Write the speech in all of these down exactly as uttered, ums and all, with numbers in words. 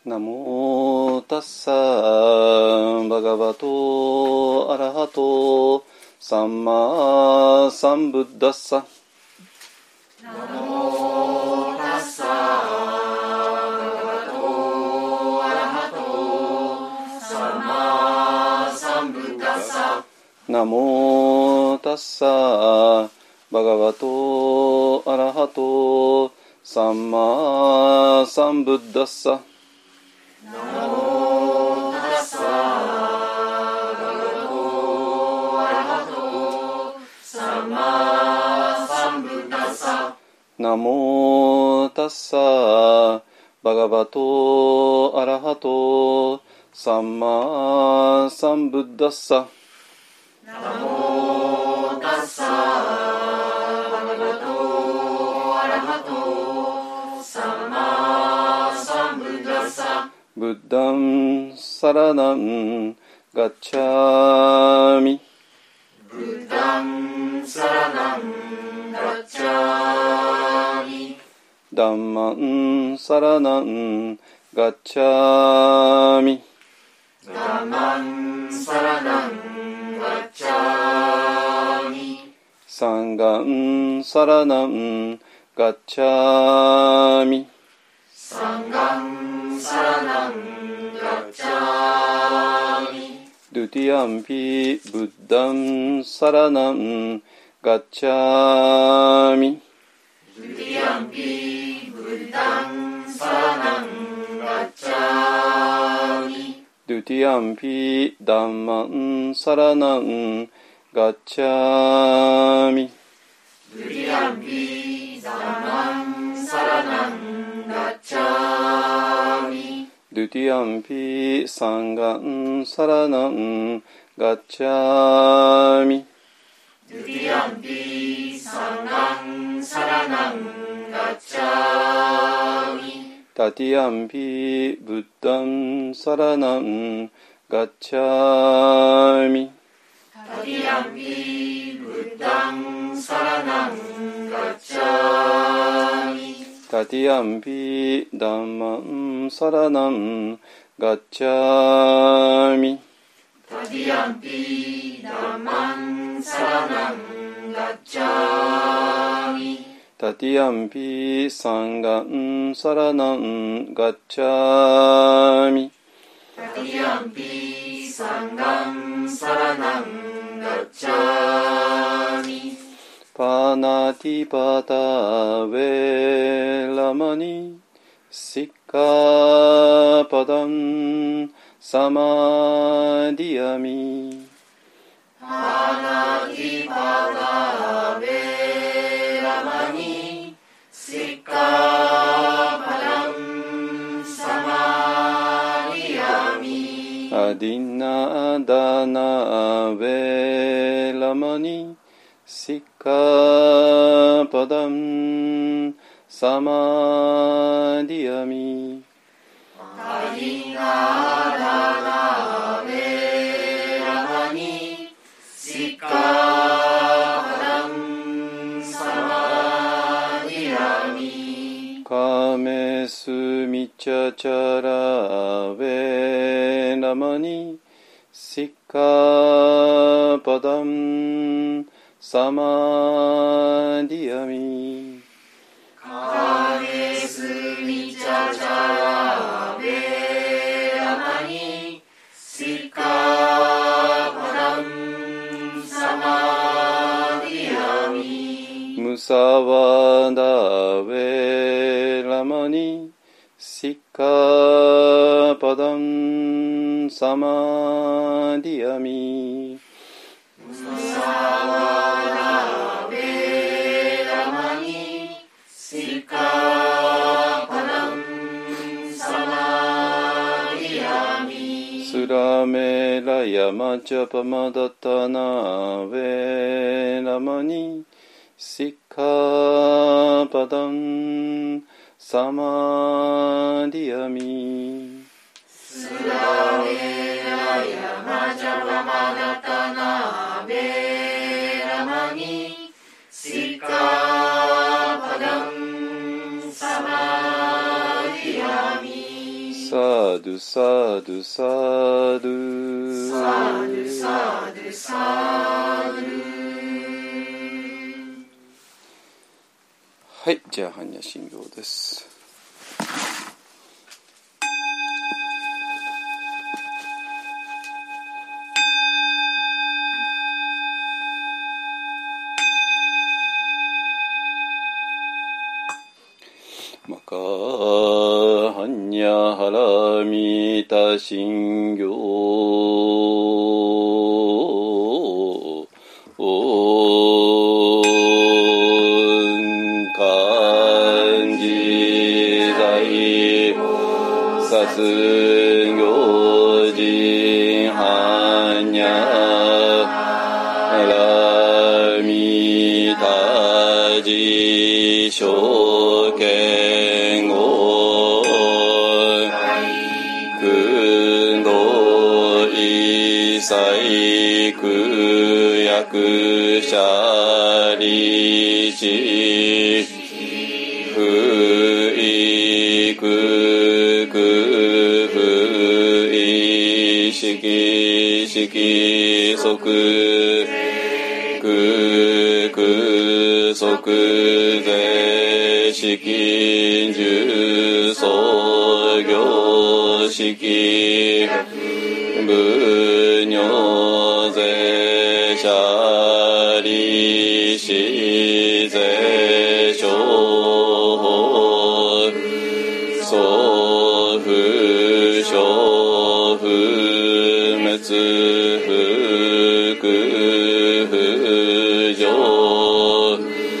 ナモタッサバガバトアラハトサンマサンブッダッサ。 ナモタッサバガバトアラハトサンマサンブッダッサ。 ナモタッサバガバトアラハトサンマサンブッダッサ。 ナモタッサバガバトアラハトサンマサンブッダッサ。 ナモタッサバガバトアラハトサンマサンブッダッサ。 ナモタッサバガバトアラハトサンマサンブッダッサ。 ブッダンサラナンガッチャミ。 ブッダンサラナンガッチャミ。 ダンマンサラナンガッチャミ。 ダンマンサラナンガッチャミ。 サンガンサラナンガッチャミ。 サンガンサラナンガッチャミ。 ドゥティアンピブッダンサラナンガッチャミ。 ドゥティアンピブッダンサラナンガッチャミ。 ドゥティアンピダンマンサラナンガッチャミ。 ドゥティアンピダンマンサラナンガッチャミ。 ドゥティアンピサンガンサラナンガッチャミ。 ドゥティアンピサンガンサラナンガッチャミ。 タティアンピブッダンサラナンガッチャミ。 タティアンピブッダンサラナンガッチャミ。 タティアンピダンマンサラナンガッチャミ。 タティアンピダンマンサラナンガッチャミ。 タティアンピサンガンサラナンガッチャミ。 タティアンピサンガンサラナンガッチャミ。 パナティパタウェラマニシッカパダンサマディアミ。 パナティパタウェラマニシッカパダンサマディアミ。 アディナダナウェラマニシッカパダンサマディアミ。 アディナダナウェラマニシッカパダンサマディアミ。 カメスミチャチャラウェラマニシッカパダンサマディアミ。 カメスミチャチャラウェラマニシッカパダンサマディアミ。 ムサワダウェラマニシッカパダンサマディアミ。 ムサワダウェラマニシッカパダンサマディアミ。 スラメラヤマジャパマダタナウェラマニシッカパダンサマディアミ。 スラメラヤマジャパマダタナウェラマニシッカパダンサマディアミ。 サードゥサードゥサードゥサードゥサードゥサードゥ。 はい、じゃあ般若心経です。マカ般若ハラミタ心経さす行人般若ラミタジ証券語空道一切空役者利子不意空空不意識識即空空即是識十創業識無尿税者利子税商法総不小不滅不空不上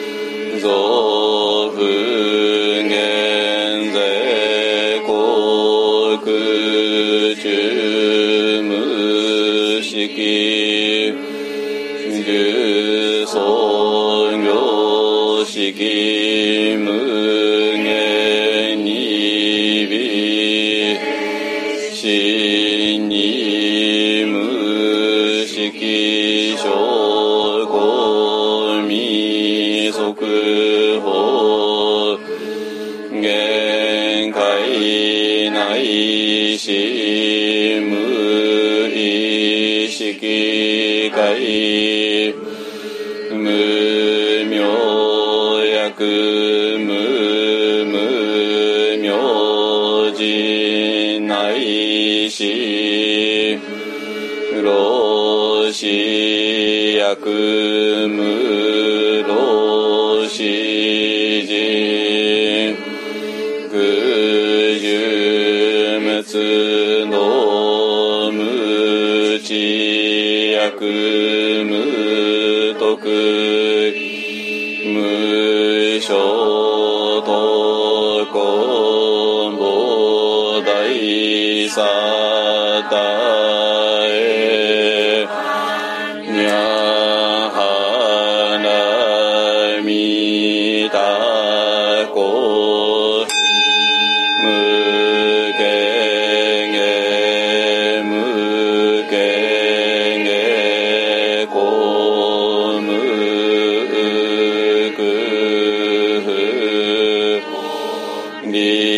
増不減税国中無識十創業識無限に微真に無識証拠未速報限界内し無意識界無明薬無無明人内し老死薬無老死人空十滅の無知薬無徳無所得根菩提サタエニャハナミタコ無限へ無限へコムク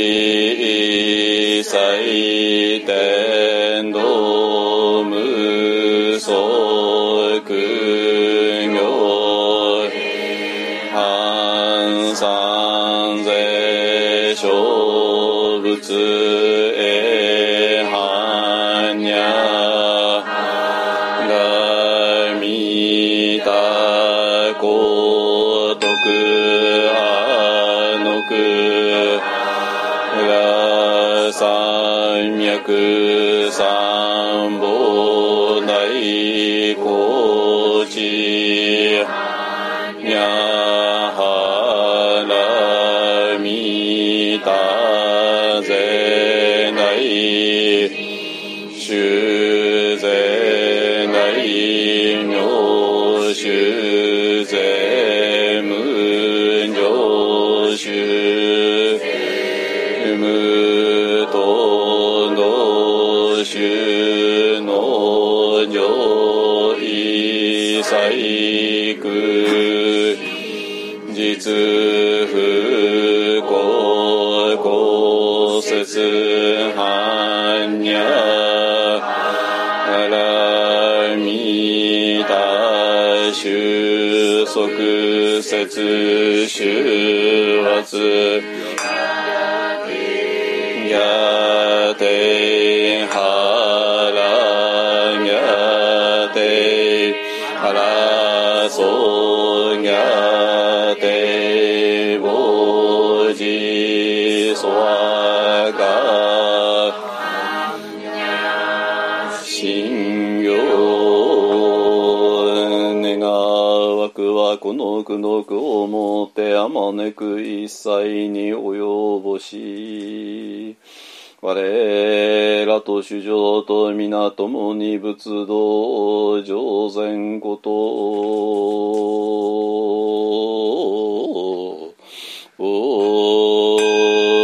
理祭天道無足行半三世小仏へ般若がみたこ徳あのくが三脈三宝大高知にゃはらみたぜない修ぜない妙修ぜ無常修無との修の上位細工実不公公説般直接周発ギャテハラギャテハラソギャテボジソワガ信行願わくはこの苦毒をもってあまねく一切に及ぼし我らと主情と皆ともに仏道上善ことを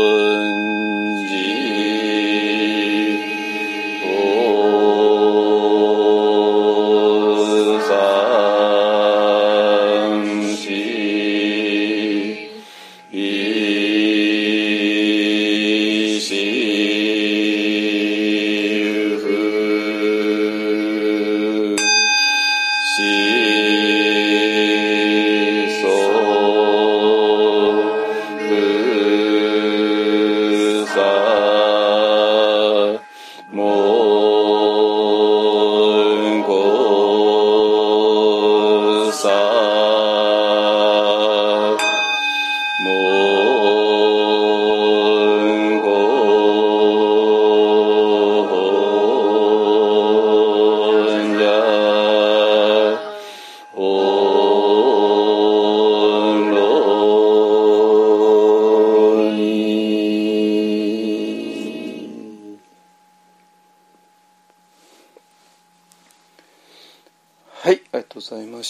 はい、ありがとうございました。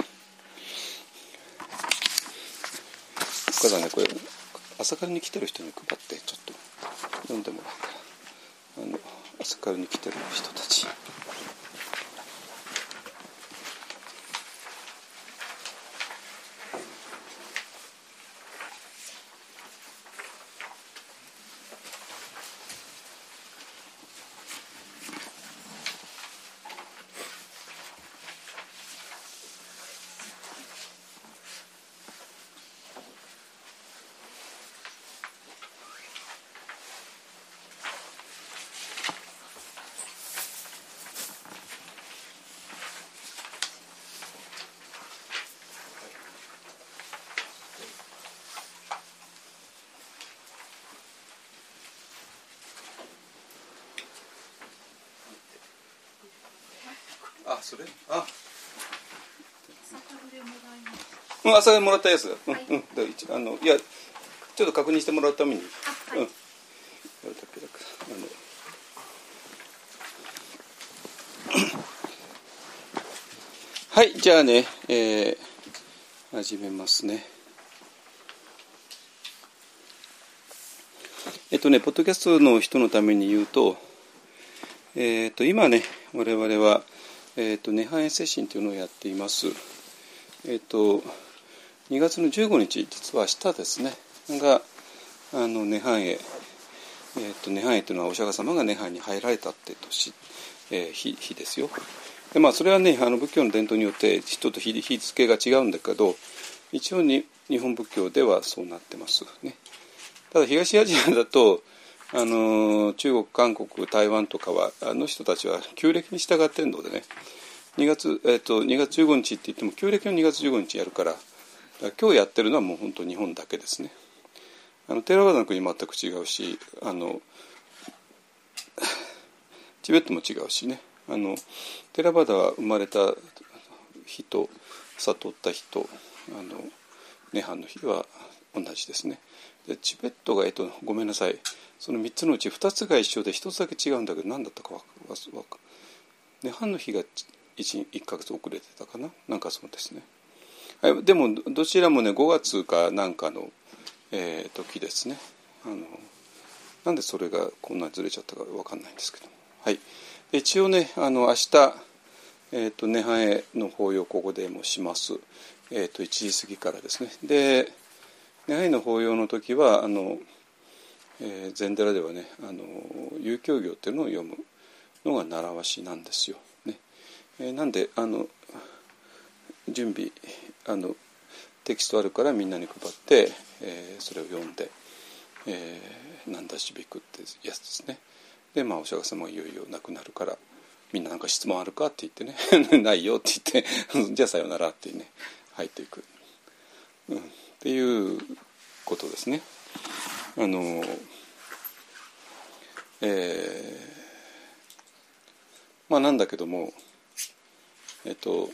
ただね、これ朝からに来てる人に配ってちょっと読んでもらうから、あの朝からに来てる人たち。あ、それあうん、朝でもらったやつだ。うん、はい、うん、だ一あのいやちょっと確認してもらうために、はい、うん、やるだけだからあのはい、じゃあね、えー、始めますね。えっとね、ポッドキャストの人のために言うと、えっと今ね、我々はえっと涅槃へ接心というのをやっています。えっとにがつのじゅうごにち、実は明日ですねがあの涅槃へ、えっと涅槃へというのはお釈迦様が涅槃に入られたって年、えー、日, 日ですよ。でまあそれはね、あの仏教の伝統によってちょっと日, 日付が違うんだけど、一応に日本仏教ではそうなってますね。ただ東アジアだとあの中国、韓国、台湾とかはあの人たちは旧暦に従っているのでね、にがつ、えー、とにがつじゅうごにちって言っても旧暦のにがつじゅうごにちやるから、今日やってるのはもう本当日本だけですね。あのテラワダの国全く違うし、あのチベットも違うしね。あのテラバダは生まれた日と悟った日とあの涅槃の日は同じですね。でチベットが、えっと、ごめんなさい、そのみっつのうちふたつが一緒でひとつだけ違うんだけど何だったかわか涅槃の日が 1, いっかげつ遅れてたかな、なんかそうですね。でもどちらもねごがつかなんかの、えー、時ですね。あのなんでそれがこんなにずれちゃったかわかんないんですけど、はい、一応ねあの明日、えー、と涅槃への法要をここでもします、えー、といちじ過ぎからですね。で涅槃への法要の時はあの、えー、禅寺ではねあの遊経行っていうのを読むのが習わしなんですよ、ね。えー、なんであの準備あのテキストあるからみんなに配って、えー、それを読んで、えー、なんだしびくってやつですね。でまあお釈迦様いよいよ亡くなるからみんななんか質問あるかって言ってねないよって言ってじゃあさようならってね入っていく、うん、っていうことですね。あのえー、まあなんだけどもえっと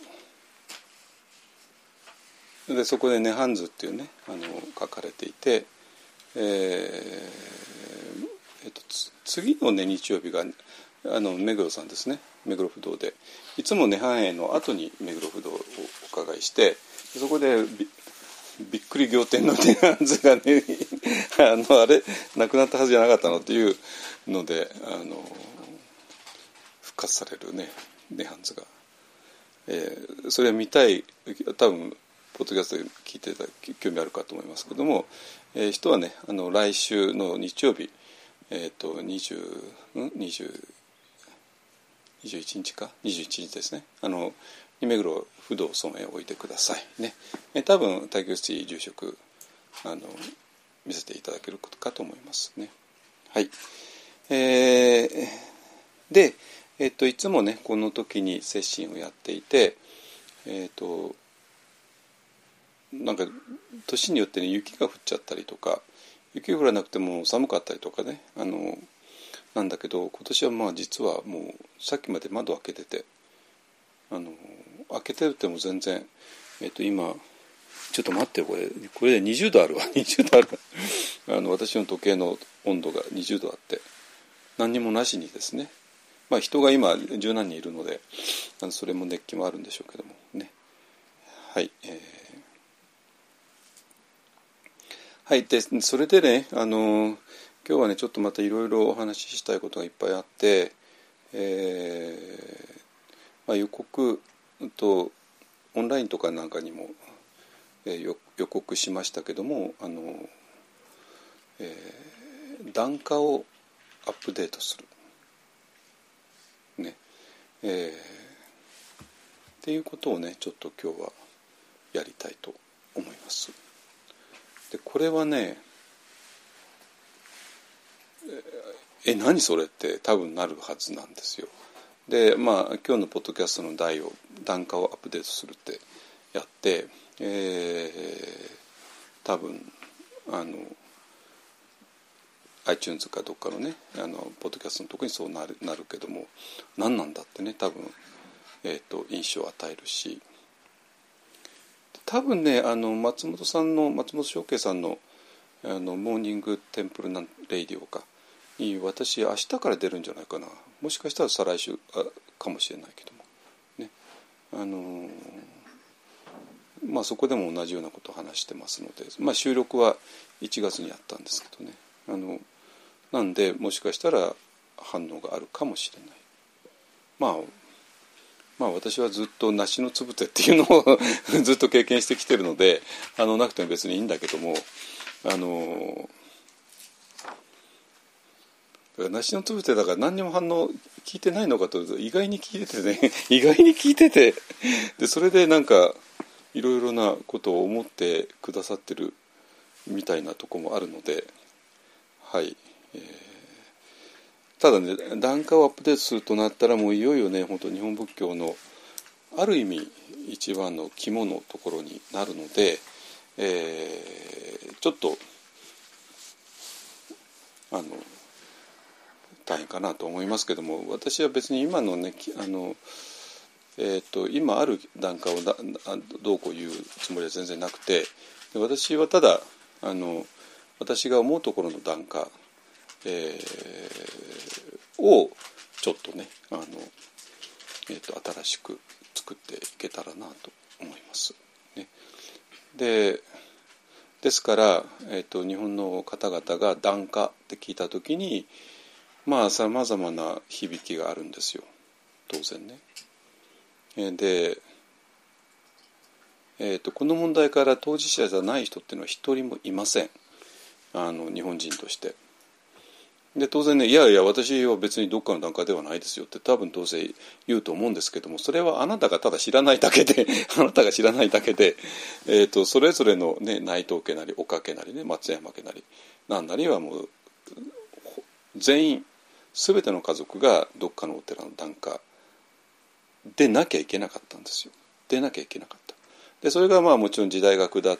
でそこで涅槃図っていうねあの書かれていて、えーえっと、次の、ね、日曜日があの目黒さんですね。目黒不動でいつも涅槃会の後に目黒不動をお伺いしてそこで び, びっくり仰天の涅槃図がねあのあれなくなったはずじゃなかったのっていうのであの復活されるね涅槃図が、えー、それは見たい多分ポッドキャストで聞いてた興味あるかと思いますけども、えー、人はねあの来週の日曜日、えー、と20ん20 21日かにじゅういちにちですねあの目黒不動尊へおいてくださいね。えー、多分大教室住職あの見せていただけるかと思いますね。はい、えー、で、えー、といつもねこの時に接心をやっていてえっ、ー、となんか年によってね雪が降っちゃったりとか雪が降らなくても寒かったりとかねあのなんだけど今年はまあ実はもうさっきまで窓開けててあの開けてるっても全然えっ、ー、と今ちょっと待ってよこれこれでにじゅうどあるわにじゅうどあるあの私の時計の温度がにじゅうどあって何にもなしにですねまあ人が今十何人いるのであのそれも熱気もあるんでしょうけどもね。はい、えーはい、でそれでね、あの今日はねちょっとまたいろいろお話ししたいことがいっぱいあって、えーまあ、予告とオンラインとかなんかにも、えー、予告しましたけどもあの、えー、檀家をアップデートする、ねえー、っていうことをねちょっと今日はやりたいと思います。でこれはねえ何それって多分なるはずなんですよ。でまあ今日のポッドキャストの題を檀家をアップデートするってやって、えー、多分あの iTunes かどっかのねあのポッドキャストのとこにそうなる、なるけども何なんだってね多分、えーと、印象を与えるし多分ねあの松本さんの松本翔慶さんのあのモーニングテンプルなレイディオかに私明日から出るんじゃないかなもしかしたら再来週かもしれないけどもねあのまあそこでも同じようなことを話してますので、まあ、収録はいちがつにやったんですけどねあのなんでもしかしたら反応があるかもしれない。まあまあ私はずっと梨のつぶてっていうのをずっと経験してきてるのであのなくても別にいいんだけどもあの梨のつぶてだから何にも反応聞いてないのかと意外に聞いててね意外に聞いててでそれでなんかいろいろなことを思ってくださってるみたいなとこもあるのではい、えー、ただね檀家をアップデートするとなったらもういよいよね本当日本仏教のある意味一番の肝のところになるので、えー、ちょっとあの大変かなと思いますけども私は別に今のねあの、えー、と今ある檀家をだどうこう言うつもりは全然なくて私はただあの私が思うところの檀家、えー、をちょっとねあの、えー、と新しく作っていけたらなと思います、ね、でですから、えー、と日本の方々が檀家って聞いたときにまあさまざまな響きがあるんですよ当然ね。で、えー、とこの問題から当事者じゃない人っていうのは一人もいませんあの日本人として。 で当然ね、いやいや私は別にどっかの段階ではないですよって多分どうせ言うと思うんですけども、それはあなたがただ知らないだけであなたが知らないだけで、えー、とそれぞれの、ね、内藤家なり岡家なりね松山家なりなんなりはもう全員全ての家族がどっかのお寺の檀家でなきゃいけなかったんですよ。でなきゃいけなかった。でそれがまあもちろん時代が下って、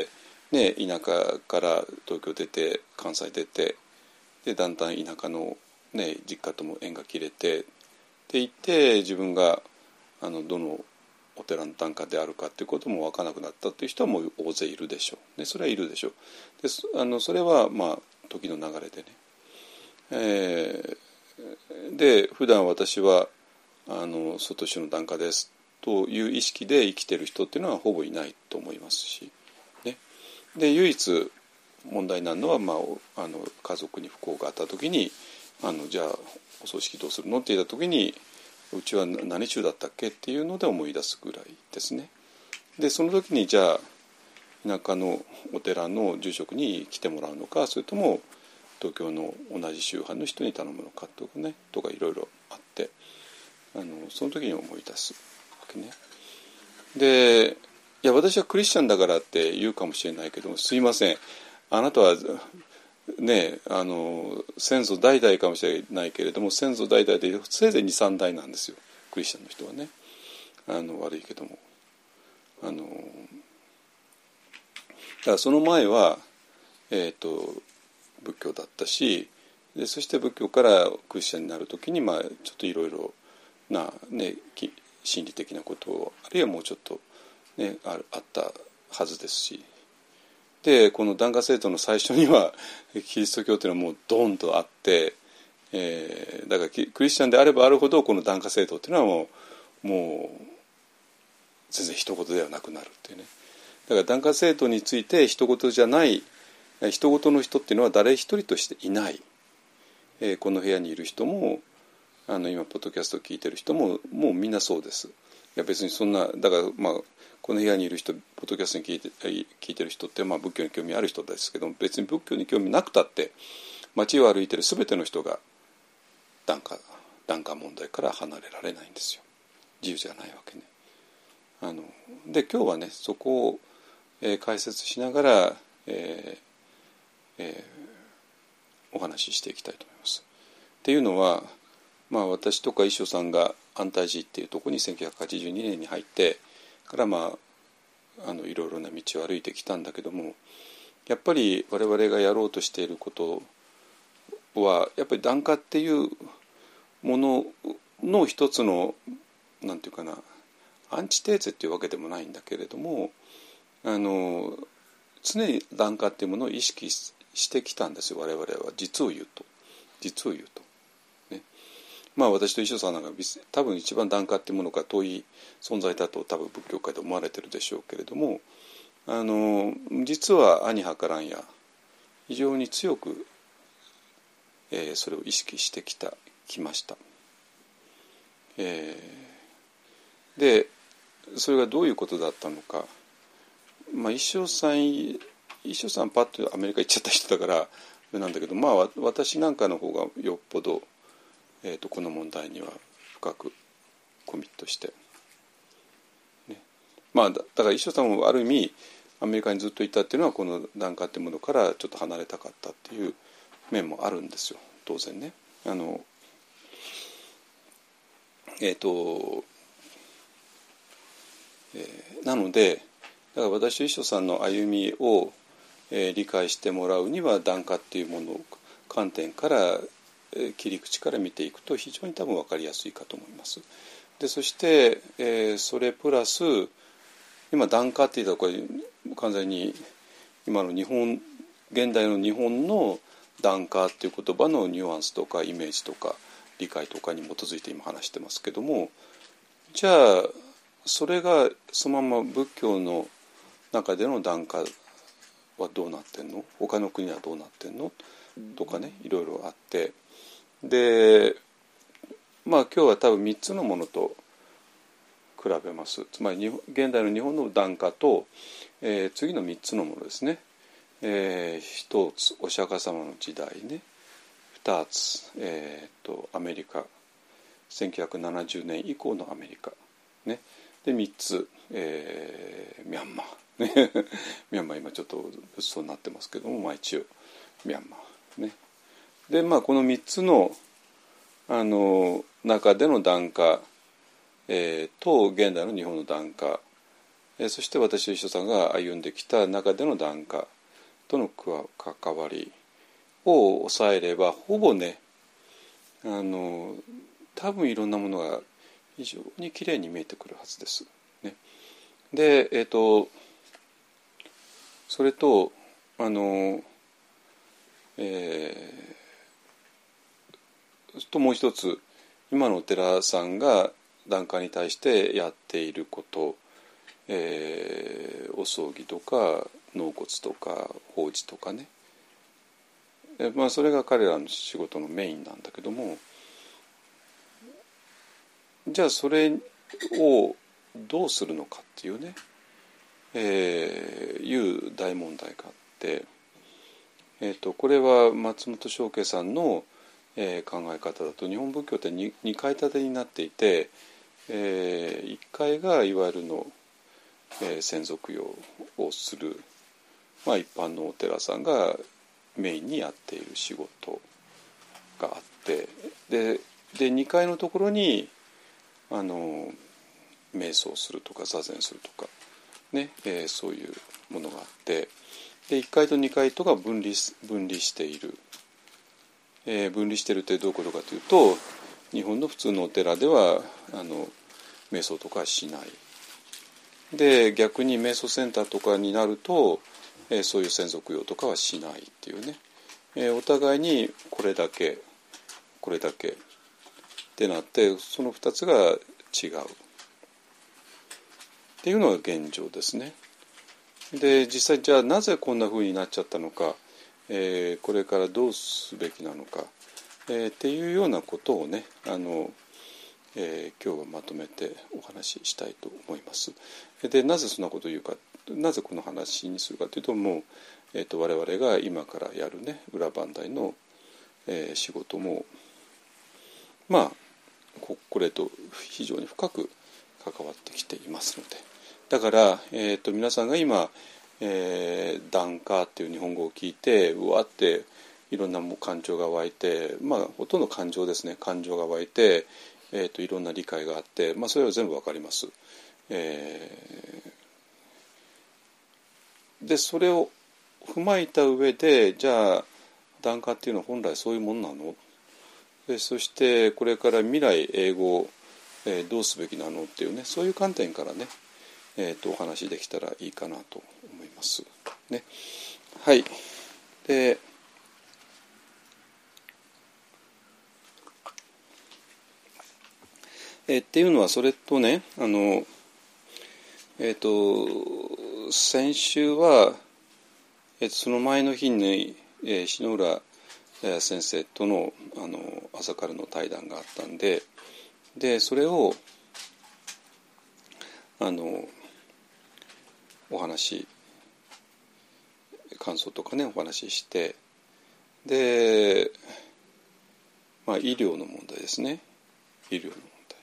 ね、田舎から東京出て関西出てでだんだん田舎の、ね、実家とも縁が切れてっていって自分があのどのお寺の檀家であるかっていうことも分からなくなったっていう人はもう大勢いるでしょう、ね、それはいるでしょう。であのそれはまあ時の流れでね、えー、で普段私はあの外州の檀家ですという意識で生きてる人っていうのはほぼいないと思いますし、ね、で唯一問題になるのは、まあ、あの家族に不幸があった時にあのじゃあお葬式どうするのって言った時にうちは何宗だったっけっていうので思い出すぐらいですね。でその時にじゃあ田舎のお寺の住職に来てもらうのかそれとも東京の同じ宗派の人に頼むのかとかねとかいろいろあってあのその時に思い出すわけね。でいや私はクリスチャンだからって言うかもしれないけどもすいませんあなたはねあの先祖代々かもしれないけれども先祖代々でせいぜい にさん 代なんですよクリスチャンの人はね。あの悪いけどもあのだからその前は、えーと、仏教だったしでそして仏教からクリスチャンになる時に、まあ、ちょっといろいろな、ね、心理的なことをあるいはもうちょっと、ね、あ, あったはずですしでこの檀家制度の最初にはキリスト教というのはもうドンとあって、えー、だからクリスチャンであればあるほどこの檀家制度というのはもう、もう全然一言ではなくなるっていうね。だから檀家制度について一言じゃない一言の人っていうのは誰一人としていない、えー、この部屋にいる人もあの今ポッドキャストを聞いてる人ももうみんなそうです。いや別にそんなだからまあこの部屋にいる人ポッドキャストに聞いて、聞いてる人って、まあ、仏教に興味ある人ですけど別に仏教に興味なくたって街を歩いてる全ての人が檀家、檀家問題から離れられないんですよ。自由じゃないわけね。あので今日はねそこを、えー、解説しながら、えーえー、お話ししていきたいと思います。っていうのは、まあ、私とか一生さんが安泰寺っていうところにせんきゅうひゃくはちじゅうにねんに入ってからまああのいろいろな道を歩いてきたんだけどもやっぱり我々がやろうとしていることはやっぱり檀家っていうものの一つのなんていうかなアンチテーゼっていうわけでもないんだけれどもあの常に檀家っていうものを意識してきたんですよ我々は実を言うと実を言うと。まあ私と一緒さんなんか多分一番檀家っていうものが遠い存在だと多分仏教界で思われてるでしょうけれどもあの実は兄はからんや非常に強く、えー、それを意識してきたきました、えー、でそれがどういうことだったのか、まあ、一生さん一生さんパッとアメリカ行っちゃった人だからなんだけどまあ私なんかの方がよっぽどえー、とこの問題には深くコミットして、ね、まあだから一生さんもある意味アメリカにずっといたっていうのはこの檀家っていうものからちょっと離れたかったっていう面もあるんですよ当然ね。あのえっ、ー、と、えー、なのでだから私と一生さんの歩みを、えー、理解してもらうには檀家っていうもの観点から切り口から見ていくと非常に多分分かりやすいかと思います。でそして、えー、それプラス今檀家って言ったらこれ完全に今の日本現代の日本の檀家っていう言葉のニュアンスとかイメージとか理解とかに基づいて今話してますけどもじゃあそれがそのまま仏教の中での檀家はどうなってんの他の国はどうなってんのとかねいろいろあってでまあ今日は多分みっつのものと比べます。つまり現代の日本の檀家と、えー、次のみっつのものですね。えー、一つお釈迦様の時代ね。 ふたつ、えー、とアメリカせんきゅうひゃくななじゅうねん以降のアメリカ、ね、でみっつ、えー、ミャンマー、ね、ミャンマー今ちょっと物騒になってますけども、まあ、一応ミャンマー、ね、でまあこのみっつのあの中での檀家、えー、と現代の日本の檀家、えー、そして私と一緒さんが歩んできた中での檀家との関わりを抑えればほぼね、あの多分いろんなものが非常にきれいに見えてくるはずです。ね、で、えーと、それとあの、えー、ともう一つ今のお寺さんが檀家に対してやっていること、えー、お葬儀とか納骨とか法事とかね、えまあ、それが彼らの仕事のメインなんだけども、じゃあそれをどうするのかっていうね、えー、いう大問題があって、えー、とこれは松本正慶さんの、えー、考え方だと日本仏教って 2, 2階建てになっていて、えー、いっかいがいわゆるの、えー、先祖供養をする、まあ、一般のお寺さんがメインにやっている仕事があって、で, でにかいのところにあの瞑想するとか座禅するとか、ねえー、そういうものがあって、でいっかいとにかいとが分離分離している、えー、分離しているってどういうことかというと、日本の普通のお寺ではあの瞑想とかはしない。で逆に瞑想センターとかになると、えー、そういう先祖供養とかはしないっていうね、えー、お互いにこれだけこれだけってなって、そのふたつが違うっていうのが現状ですね。で実際じゃあなぜこんな風になっちゃったのか、えー、これからどうすべきなのか、えー、っていうようなことをね、あの、えー、今日はまとめてお話ししたいと思います。でなぜそんなことを言うか、なぜこの話にするかというと、もう、えー、と我々が今からやるね裏磐梯の、えー、仕事もまあこれと非常に深く関わってきていますので、だから、えー、と皆さんが今、えー、檀家っていう日本語を聞いてうわっていろんな感情が湧いて、まあほとんど感情ですね、感情が湧いて、えー、といろんな理解があって、まあ、それは全部わかります。えー、でそれを踏まえた上で、じゃあ檀家っていうのは本来そういうものなの、でそしてこれから未来永劫、えー、どうすべきなのっていうね、そういう観点からね、えー、とお話できたらいいかなと思いますね。はい。でえー、っていうのはそれとね、あのえっ、ー、と先週は、えー、とその前の日に、えー、篠浦先生との、あの朝からの対談があったんで、でそれをあのお話感想とかねお話しして、で、まあ、医療の問題ですね、医療の問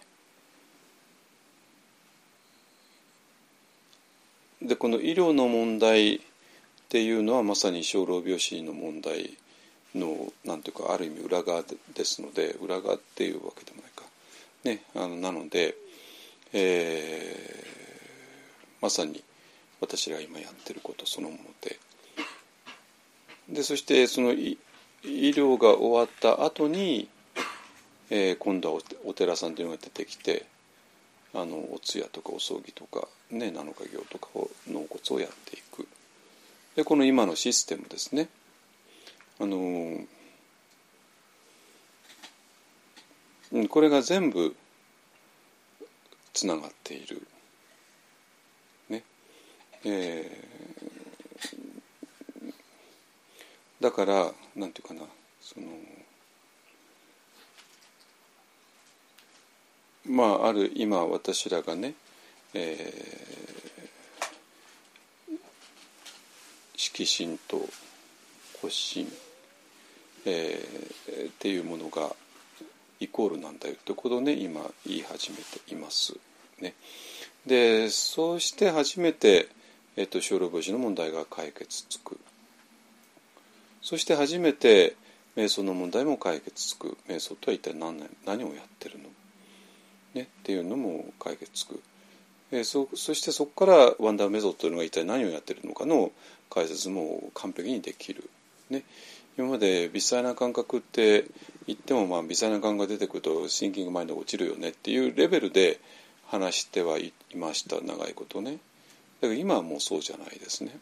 題で、この医療の問題っていうのはまさに小老病死の問題のなんていうかある意味裏側ですので、裏側っていうわけでもないかね、あのなので、えー、まさに私が今やってることそのもので、でそしてその医療が終わった後に、えー、今度はお寺さんというのが出てきて、あのお通夜とかお葬儀とかね、七日行とかを納骨をやっていく。でこの今のシステムですね、あのこれが全部つながっている、ねえー、だからなんていうかな、そのまあある今私らがね、えー、色心と発心、 えー、っていうものがイコールなんだよということをね今言い始めていますね。でそうして初めて、えー、と小老節の問題が解決つく。そして初めて瞑想の問題も解決つく。瞑想とは一体 何, 何をやってるの、ね、っていうのも解決つく。えー、そ, そしてそこからワンダーメソッドというのが一体何をやってるのかの解説も完璧にできる、ね、今まで微細な感覚って言っても、まあ微細な感覚が出てくるとシンキングマインドが落ちるよねっていうレベルで話してはいました、長いことね。だから今はもうそうじゃないですね。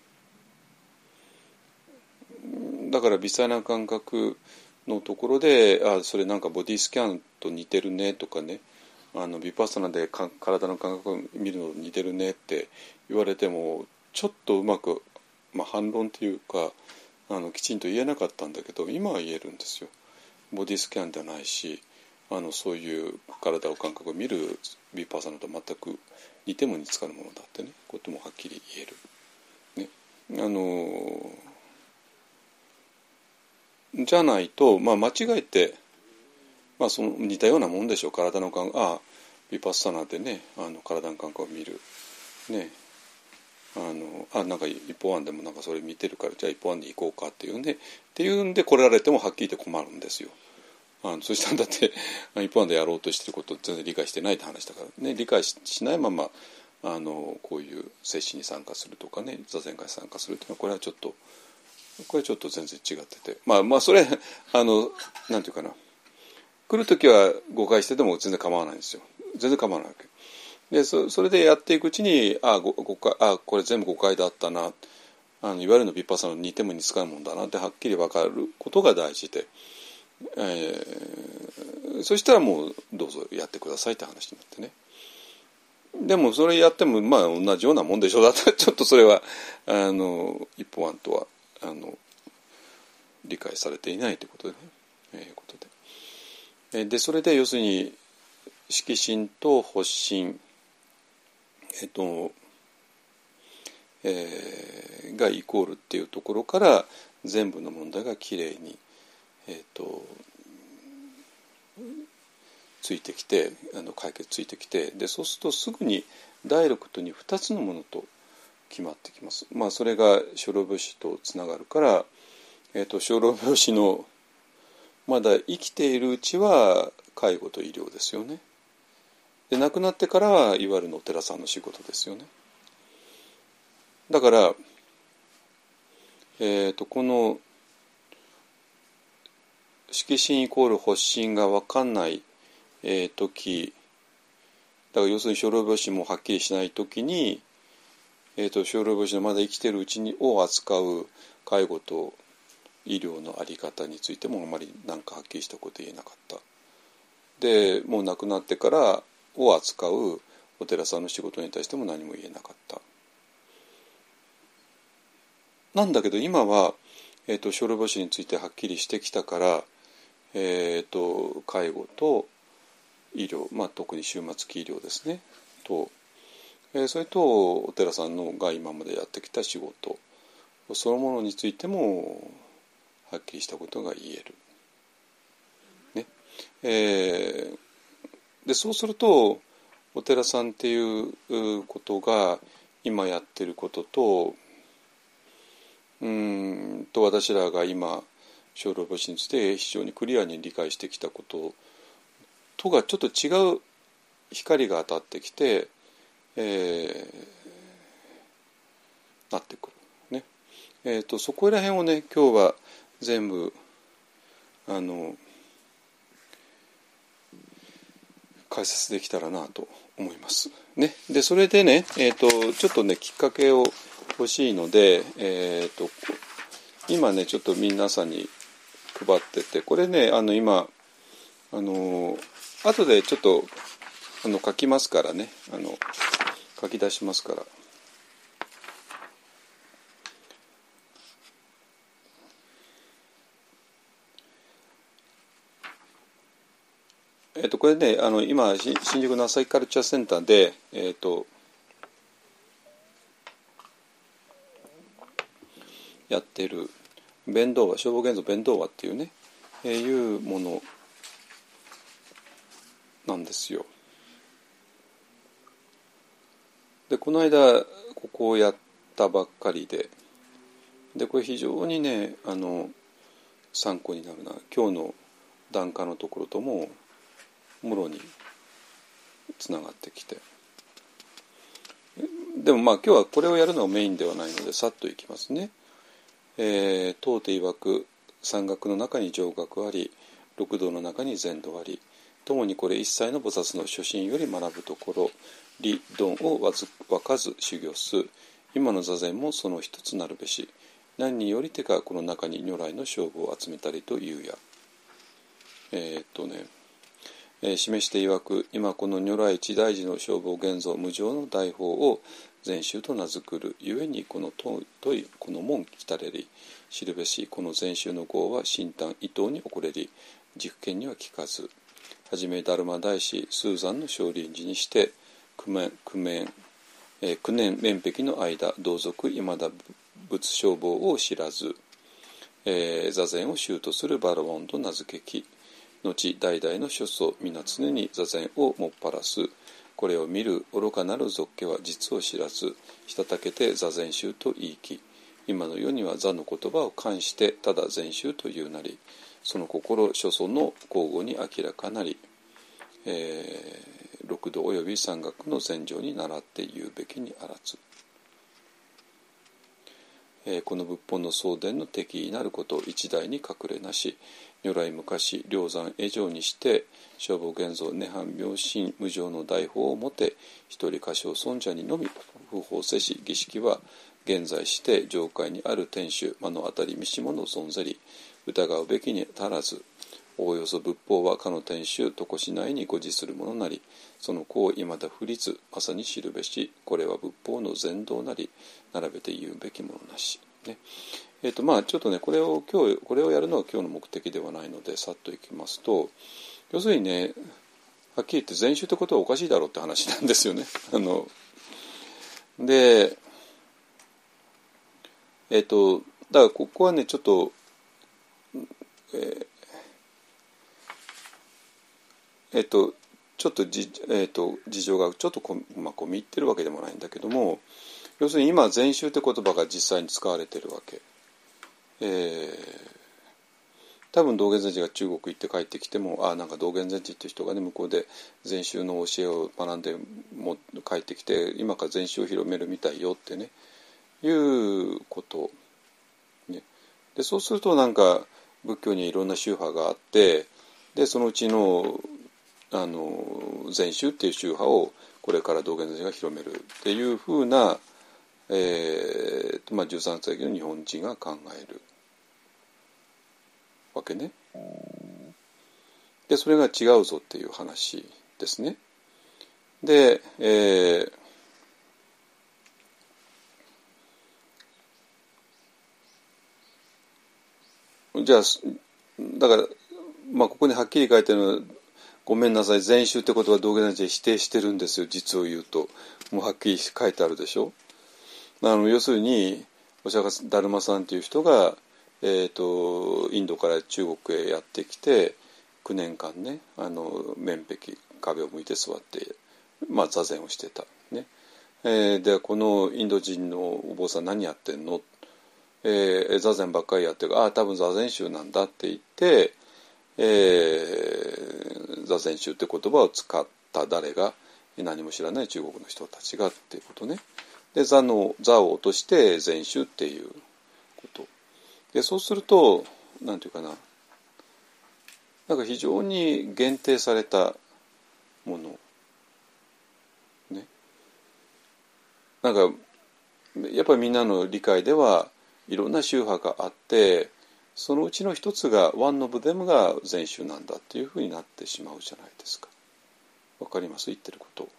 だから微細な感覚のところで、あ、それなんかボディスキャンと似てるねとかね、あのビパッサナでか体の感覚を見るの似てるねって言われてもちょっとうまく、まあ、反論っていうかあのきちんと言えなかったんだけど、今は言えるんですよ。ボディスキャンじゃないし、あのそういう体を感覚を見るビパッサナと全く似ても似つかぬものだってね、こともはっきり言える、ね、あのじゃないと、まあ、間違えて、まあ、その似たようなもんでしょう。体の感覚、ああビパッサナでね、あの体の感覚を見るね、あのあなんか一方案でもなんかそれ見てるからじゃあ一方案に行こうかっていうねっていうんで来られてもはっきり言って困るんですよ。あのそしたらだって一方案でやろうとしてることを全然理解してないって話だからね、理解 し, しないままあのこういう接種に参加するとかね、座禅会に参加するっていうのはこれはちょっとこれちょっと全然違ってて、まあまあそれあのなんていうかな、来るときは誤解してても全然構わないんですよ。全然構わないわけで、 そ, それでやっていくうちにあご誤解あこれ全部誤解だったな、あのいわゆるのビッパッサナの似ても似つかないもんだなってはっきり分かることが大事で、えー、そしたらもうどうぞやってくださいって話になってね。でもそれやってもまあ同じようなもんでしょう。だったらちょっとそれはあの一方案とはあの理解されていないということでね、えー、ことででそれで要するに色心と発心、えっとえー、がイコールっていうところから全部の問題がきれいに、えっとついてきて、あの解決ついてきて、でそうするとすぐにダイレクトにふたつのものと決まってきます。まあそれが小老病死とつながるから、えっと小老病死のまだ生きているうちは介護と医療ですよね。で亡くなってからはいわゆるのお寺さんの仕事ですよね。だから、えー、とこの色心イコール発心が分かんない、えー、時だから要するに小老病死もはっきりしない時に、えー、と小老病死のまだ生きているうちにを扱う介護と医療の在り方についてもあまり何かはっきりしたこと言えなかった。でもう亡くなってからを扱うお寺さんの仕事に対しても何も言えなかった。なんだけど今は、えー、と小老病死についてはっきりしてきたから、えー、と介護と医療、まあ、特に終末期医療ですねと、えー、それとお寺さんのが今までやってきた仕事そのものについてもはっきりしたことが言える。ねえー、でそうするとお寺さんっていうことが今やってることとうーんと私らが今小老病死について非常にクリアに理解してきたこととがちょっと違う光が当たってきて、えー、なってくるね。えーと、そこら辺をね今日は全部あの解説できたらなと思います。ね、でそれでね、えーと、ちょっとねきっかけを欲しいので、えーと、今ねちょっと皆さんに配ってて、これねあの今あの後でちょっとあの書きますからね、あの書き出しますから。えーとこれねあの今新宿の朝日カルチャーセンターでえっとやってる弁道話、消防現像弁道話っていうね、 えー、いうものなんですよ。でこの間ここをやったばっかりで、でこれ非常にねあの参考になるな。今日の檀家のところとももろにつながってきて、でもまあ今日はこれをやるのがメインではないのでさっといきますね。えー、当て曰く山岳の中に上岳あり、六道の中に禅道あり、ともにこれ一切の菩薩の初心より学ぶところ、理論をわず分かず修行す。今の座禅もその一つなるべし。何によりてかこの中に如来の勝負を集めたりというや。えー、っとね、えー、示して曰く、今この如来一大事の勝負を現像無常の大法を禅宗と名付くるゆえに、この問いこの門来たれり知るべし、この禅宗の号は心胆意図に起これり、自負権には聞かず、はじめ達磨大師スーザンの少林寺にして九年九年、えー、九年面壁の間同族いまだ仏消防を知らず、えー、座禅を修とするバラモンと名付けき、後代々の諸祖皆常に座禅をもっぱらす。これを見る愚かなる俗家は実を知らず、したたけて座禅宗と言いき、今の世には座の言葉を冠してただ禅宗というなり、その心諸祖の交互に明らかなり、えー、六道及び山岳の禅定に倣って言うべきにあらず。えー、この仏本の送伝の適宜なること一代に隠れなし、如来昔霊山会上にして消防現像涅槃妙心無常の大法をもて、一人歌唱尊者にのみ不法せし儀式は現在して上界にある天主目の当たり見し物存ぜり、疑うべきに足らず、おおよそ仏法はかの天主常し内に誤示するものなり、その子をいまだ不立まさに知るべし、これは仏法の禅道なり、並べて言うべきものなし、ね。えーとまあ、ちょっとねこれを今日これをやるのは今日の目的ではないのでさっといきますと、要するにねはっきり言って禅宗ってことはおかしいだろうって話なんですよね。あのでえっ、ー、とだからここはねちょっと、えーえー、とちょっとじ、えー、と事情がちょっとこ、まあ、込み入ってるわけでもないんだけども、要するに今禅宗って言葉が実際に使われてるわけ。えー、多分道元禅師が中国行って帰ってきても、あなんか道元禅師っていう人がね向こうで禅宗の教えを学んでも帰ってきて今から禅宗を広めるみたいよってねいうこと、ね、でそうするとなんか仏教にいろんな宗派があって、でそのうちのあの禅宗っていう宗派をこれから道元禅師が広めるっていうふうな、えーまあ、じゅうさん世紀の日本人が考えるわけね。でそれが違うぞっていう話ですね。で、えー、じゃあだからまあここにはっきり書いてあるのはごめんなさい禅宗ってことは道元禅師否定してるんですよ。実を言うともうはっきり書いてあるでしょ。あの要するにお釈迦達磨さんという人がえー、とインドから中国へやってきてきゅうねんかんねあの面壁壁を向いて座って、まあ、座禅をしてた、ねえー、でこのインド人のお坊さん何やってんの、えー、座禅ばっかりやってる、ああ多分座禅宗なんだって言って、えー、座禅宗って言葉を使った誰が何も知らない中国の人たちがっていうことね。で座の座を落として禅宗っていうことで、そうするとなんていうかな、なんか非常に限定されたものね、なんかやっぱりみんなの理解ではいろんな宗派があって、そのうちの一つがワンオブデムが禅宗なんだっていうふうになってしまうじゃないですか。わかります言ってること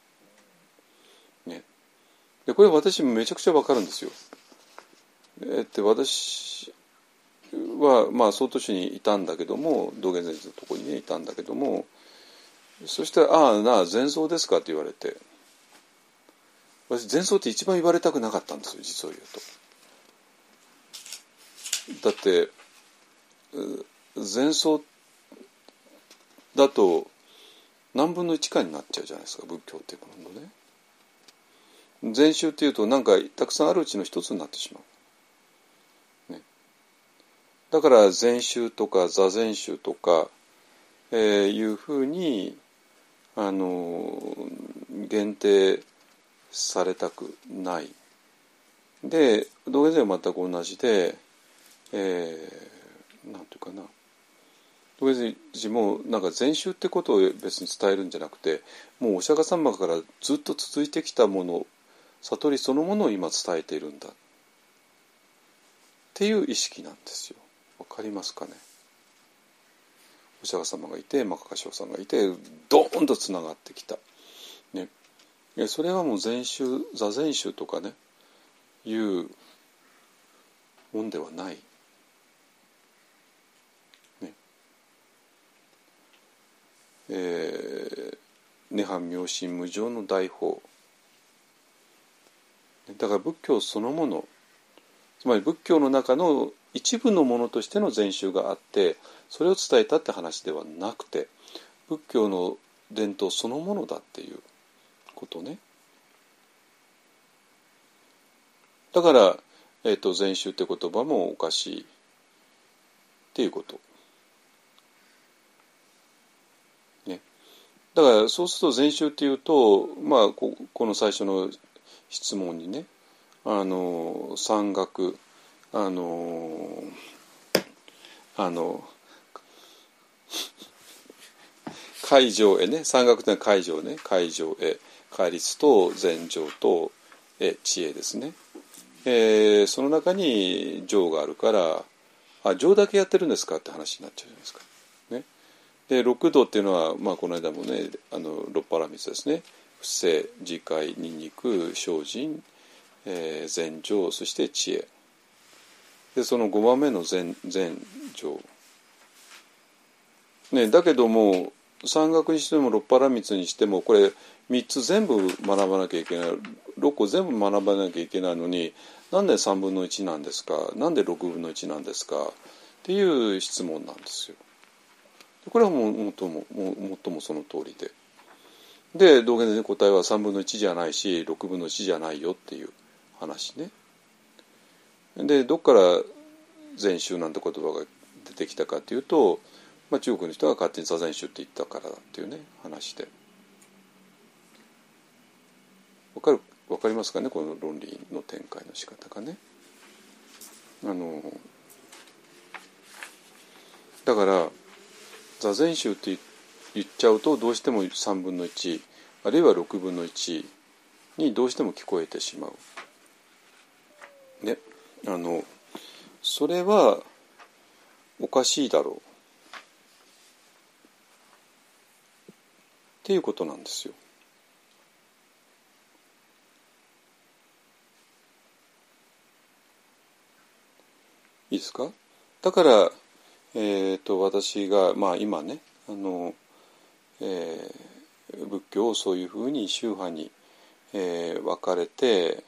ね。でこれ私もめちゃくちゃわかるんですよ。えって私はまあ曹洞宗にいたんだけども、道元禅師のところに、ね、いたんだけども、そしたら「ああなあ禅僧ですか?」って言われて、私禅僧って一番言われたくなかったんですよ実を言うと。だって前奏だと何分のいちかになっちゃうじゃないですか、仏教っていうもののね。禅宗っていうとなんかたくさんあるうちの一つになってしまう、ね、だから禅宗とか座禅宗とか、えー、いうふうにあの限定されたくない。で道元禅は全く同じで、えー、なんていうかな、道元禅もなんか禅宗ってことを別に伝えるんじゃなくて、もうお釈迦様からずっと続いてきたもの、悟りそのものを今伝えているんだっていう意識なんですよ。わかりますかね。お釈迦様がいて、マカカショウさんがいて、ドーンとつながってきた、ね、それはもう禅宗、座禅宗とかねいうもんではない、ね、えー、涅槃妙心無常の大法だから仏教そのもの、つまり仏教の中の一部のものとしての禅宗があって、それを伝えたって話ではなくて、仏教の伝統そのものだっていうことね。だから、えーと、禅宗って言葉もおかしいっていうこと、ね、だからそうすると禅宗っていうと、まあ、こ, この最初の質問にね、あの山岳あのあの海上へね、山岳というのは海上ね、海上へ戒律と禅定とえ知恵ですね、えー、その中に定があるから、あ、定だけやってるんですかって話になっちゃうじゃないですか、ね、で六道っていうのは、まあ、この間もね、あの六波羅蜜ですね、不正、自戒、ニンニク、精進、えー、禅定、そして知恵で、そのごばんめの禅禅定、ね、だけども山岳にしても六波羅蜜にしてもこれみっつ全部学ばなきゃいけない、ろっこ全部学ばなきゃいけないのに、なんでさんぶんのいちなんですか、なんでろくぶんのいちなんですかっていう質問なんですよ。これはもうもっとももっともその通りで、で道元の答えはさんぶんのいちじゃないしろくぶんのいちじゃないよっていう話ね。でどっから禅宗なんて言葉が出てきたかというと、まあ、中国の人が勝手に座禅宗って言ったからだっていうね話で、わかるわかりますかね、この論理の展開の仕方がね。あのだから座禅宗って言っちゃうとどうしてもさんぶんのいちあるいはろくぶんのいちにどうしても聞こえてしまうね。あのそれはおかしいだろうっていうことなんですよ。いいですか。だから、えー、と私が、まあ、今ねあの、えー、仏教をそういうふうに宗派に、えー、分かれて、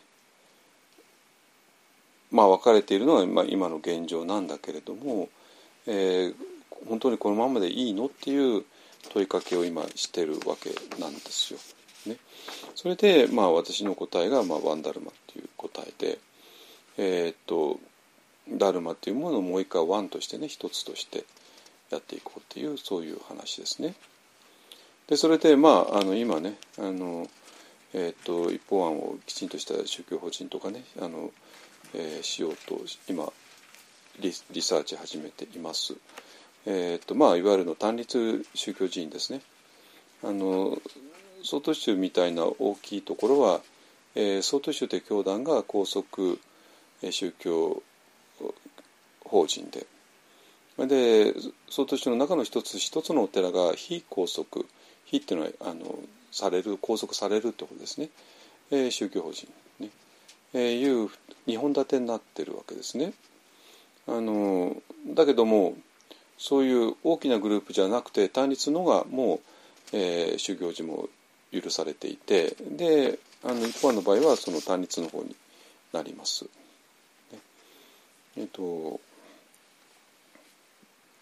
まあ分かれているのは、まあ、今の現状なんだけれども、えー、本当にこのままでいいのっていう問いかけを今してるわけなんですよ。ね、それで、まあ、私の答えが、まあ、ワンダルマっていう答えで、えー、っとダルマっていうものをもう一回ワンとしてね、一つとしてやっていこうっていう、そういう話ですね。でそれで、まあ、あの今ねあの、えー、っと一方案をきちんとした宗教法人とかねあの、えー、しようと今 リ, リサーチ始めています。えーとまあ、いわゆるの単立宗教寺院ですね。あの曹洞宗みたいな大きいところは、えー、曹洞宗という教団が高速宗教法人で、で曹洞宗の中の一つ一つのお寺が非拘束、非っていうのはあのされる拘束されるってことですね、えー、宗教法人ね、えー、いうにほん立てになってるわけですね。あのだけどもそういう大きなグループじゃなくて単立のがもう、えー、宗教寺も許されていて、であの一般の場合はその単立の方になります。ね、えっと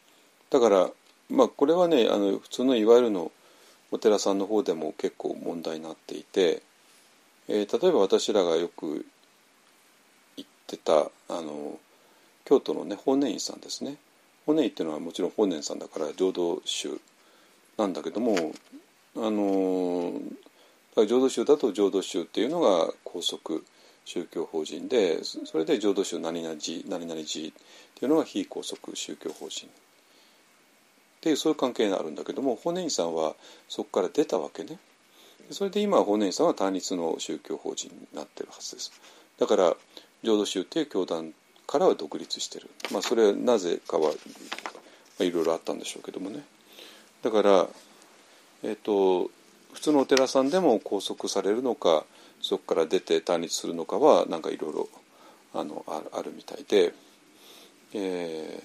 だからまあこれはねあの普通のいわゆるのお寺さんの方でも結構問題になっていて、えー、例えば私らがよく行ってたあの京都のね法然院さんですね。法然院っていうのはもちろん法然さんだから浄土宗なんだけども、あの浄土宗だと浄土宗っていうのが拘束宗教法人で、それで浄土宗何々寺何々寺っていうのが非拘束宗教法人っていうそういう関係があるんだけども、法然院さんはそこから出たわけね。それで今法然院さんは単立の宗教法人になってるはずです。だから浄土宗っていう教団からは独立してる。まあそれはなぜかは、まあ、いろいろあったんでしょうけどもね。だからえっと普通のお寺さんでも拘束されるのか、そこから出て単立するのかはなんかいろいろあのある、あるみたいで、え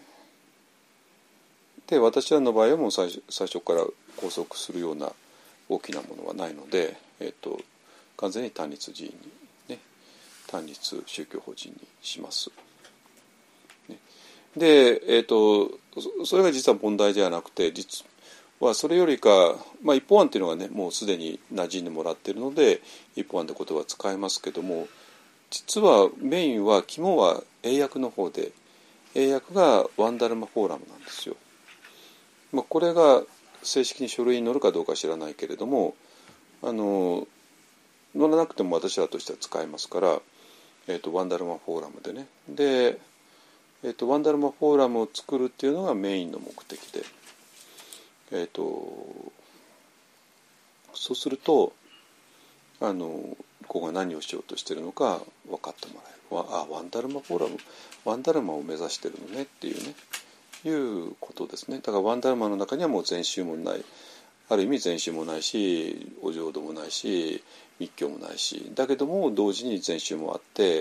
ー、で私らの場合はもう最初、最初から拘束するような大きなものはないので、えっと完全に単立寺院にね、単立宗教法人にします。ね、で、えっとそれが実は問題ではなくて、実はそれよりか、まあ、一方案っていうのがねもうすでに馴染んでもらっているので一方案って言葉は使えますけども、実はメインは肝は英訳の方で、英訳がワンダルマフォーラムなんですよ。まあ、これが正式に書類に載るかどうか知らないけれども、あの載らなくても私らとしては使えますから、えー、とワンダルマフォーラムでね、で、えー、とワンダルマフォーラムを作るっていうのがメインの目的で、えー、とそうするとあのここが何をしようとしているのか分かってもらえる。あ、ワンダルマフォーラム、ワンダルマを目指しているのねっていうね、いうことですね。だからワンダルマの中にはもう禅宗もない、ある意味禅宗もないしお浄土もないし密教もないし、だけども同時に禅宗もあって、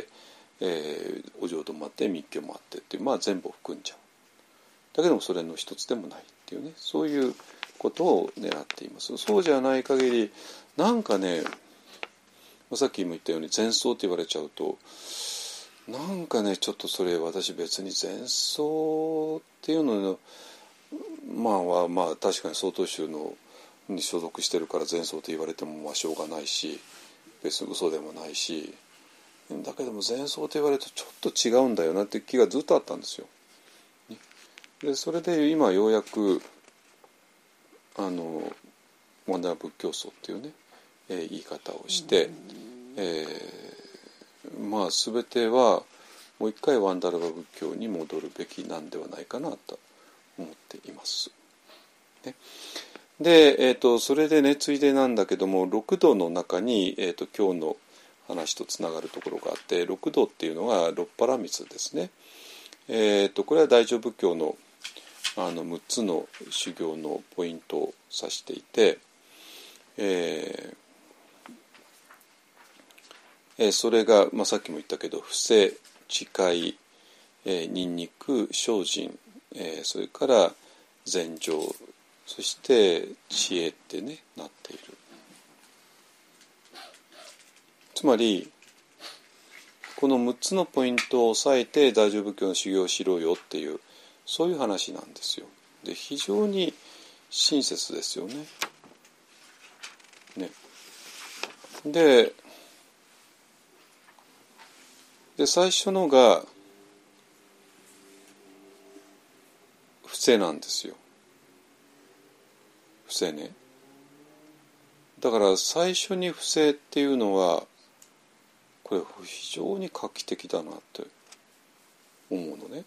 えー、お浄土もあって密教もあってっていう、まあ全部を含んじゃう。だけどもそれの一つでもないっていうね、そういうことを狙っています。そうじゃない限りなんかね、さっきも言ったように禅僧って言われちゃうとなんかねちょっとそれ私別に禅僧っていうののまあはまあ確かに曹洞宗のに所属してるから禅僧と言われてもまあしょうがないし、別に嘘でもないし、だけども禅僧と言われるとちょっと違うんだよなっていう気がずっとあったんですよ。でそれで今ようやくあのワンダー仏教僧っていうね、えー、言い方をして、えー、まあ全てはもう一回ワンダルバ仏教に戻るべきなんではないかなと思っています。ね、で、えーと、それでねついでなんだけども六道の中に、えーと、今日の話とつながるところがあって、六道っていうのが六波羅蜜ですね。えーと、これは大乗仏教のあのむっつの修行のポイントを指していて、えーえー、それが、まあ、さっきも言ったけど伏せ、誓い、えー、ニンニク、精進、えー、それから禅定、そして知恵ってねなっている。つまりこのむっつのポイントを押さえて大乗仏教の修行をしろよっていう、そういう話なんですよ。で非常に親切ですよね。ねでで最初のが伏せなんですよ。伏せね。だから最初に伏せっていうのはこれ非常に画期的だなって思うのね。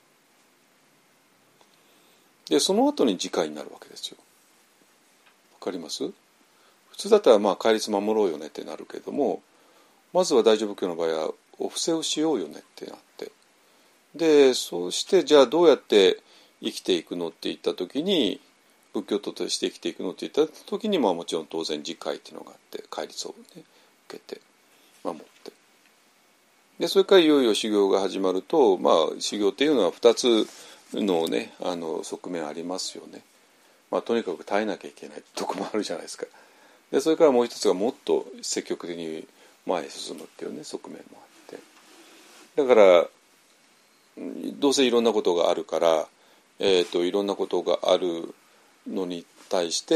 でその後に次回になるわけですよ。わかります？普通だったらまあ戒律守ろうよねってなるけれども、まずは大乗仏教の場合はお布施をしようよねってなって、でそうしてじゃあどうやって生きていくのって言った時に、仏教徒として生きていくのって言った時に、まあもちろん当然自戒っていうのがあって戒律を、ね、受けて守って、でそれからいよいよ修行が始まると、まあ修行っていうのはふたつのねあの側面ありますよね。まあ、とにかく耐えなきゃいけないとこもあるじゃないですか。でそれからもう一つがもっと積極的に前へ進むっていうね側面もあって、だからどうせいろんなことがあるから、 えー、といろんなことがあるのに対して、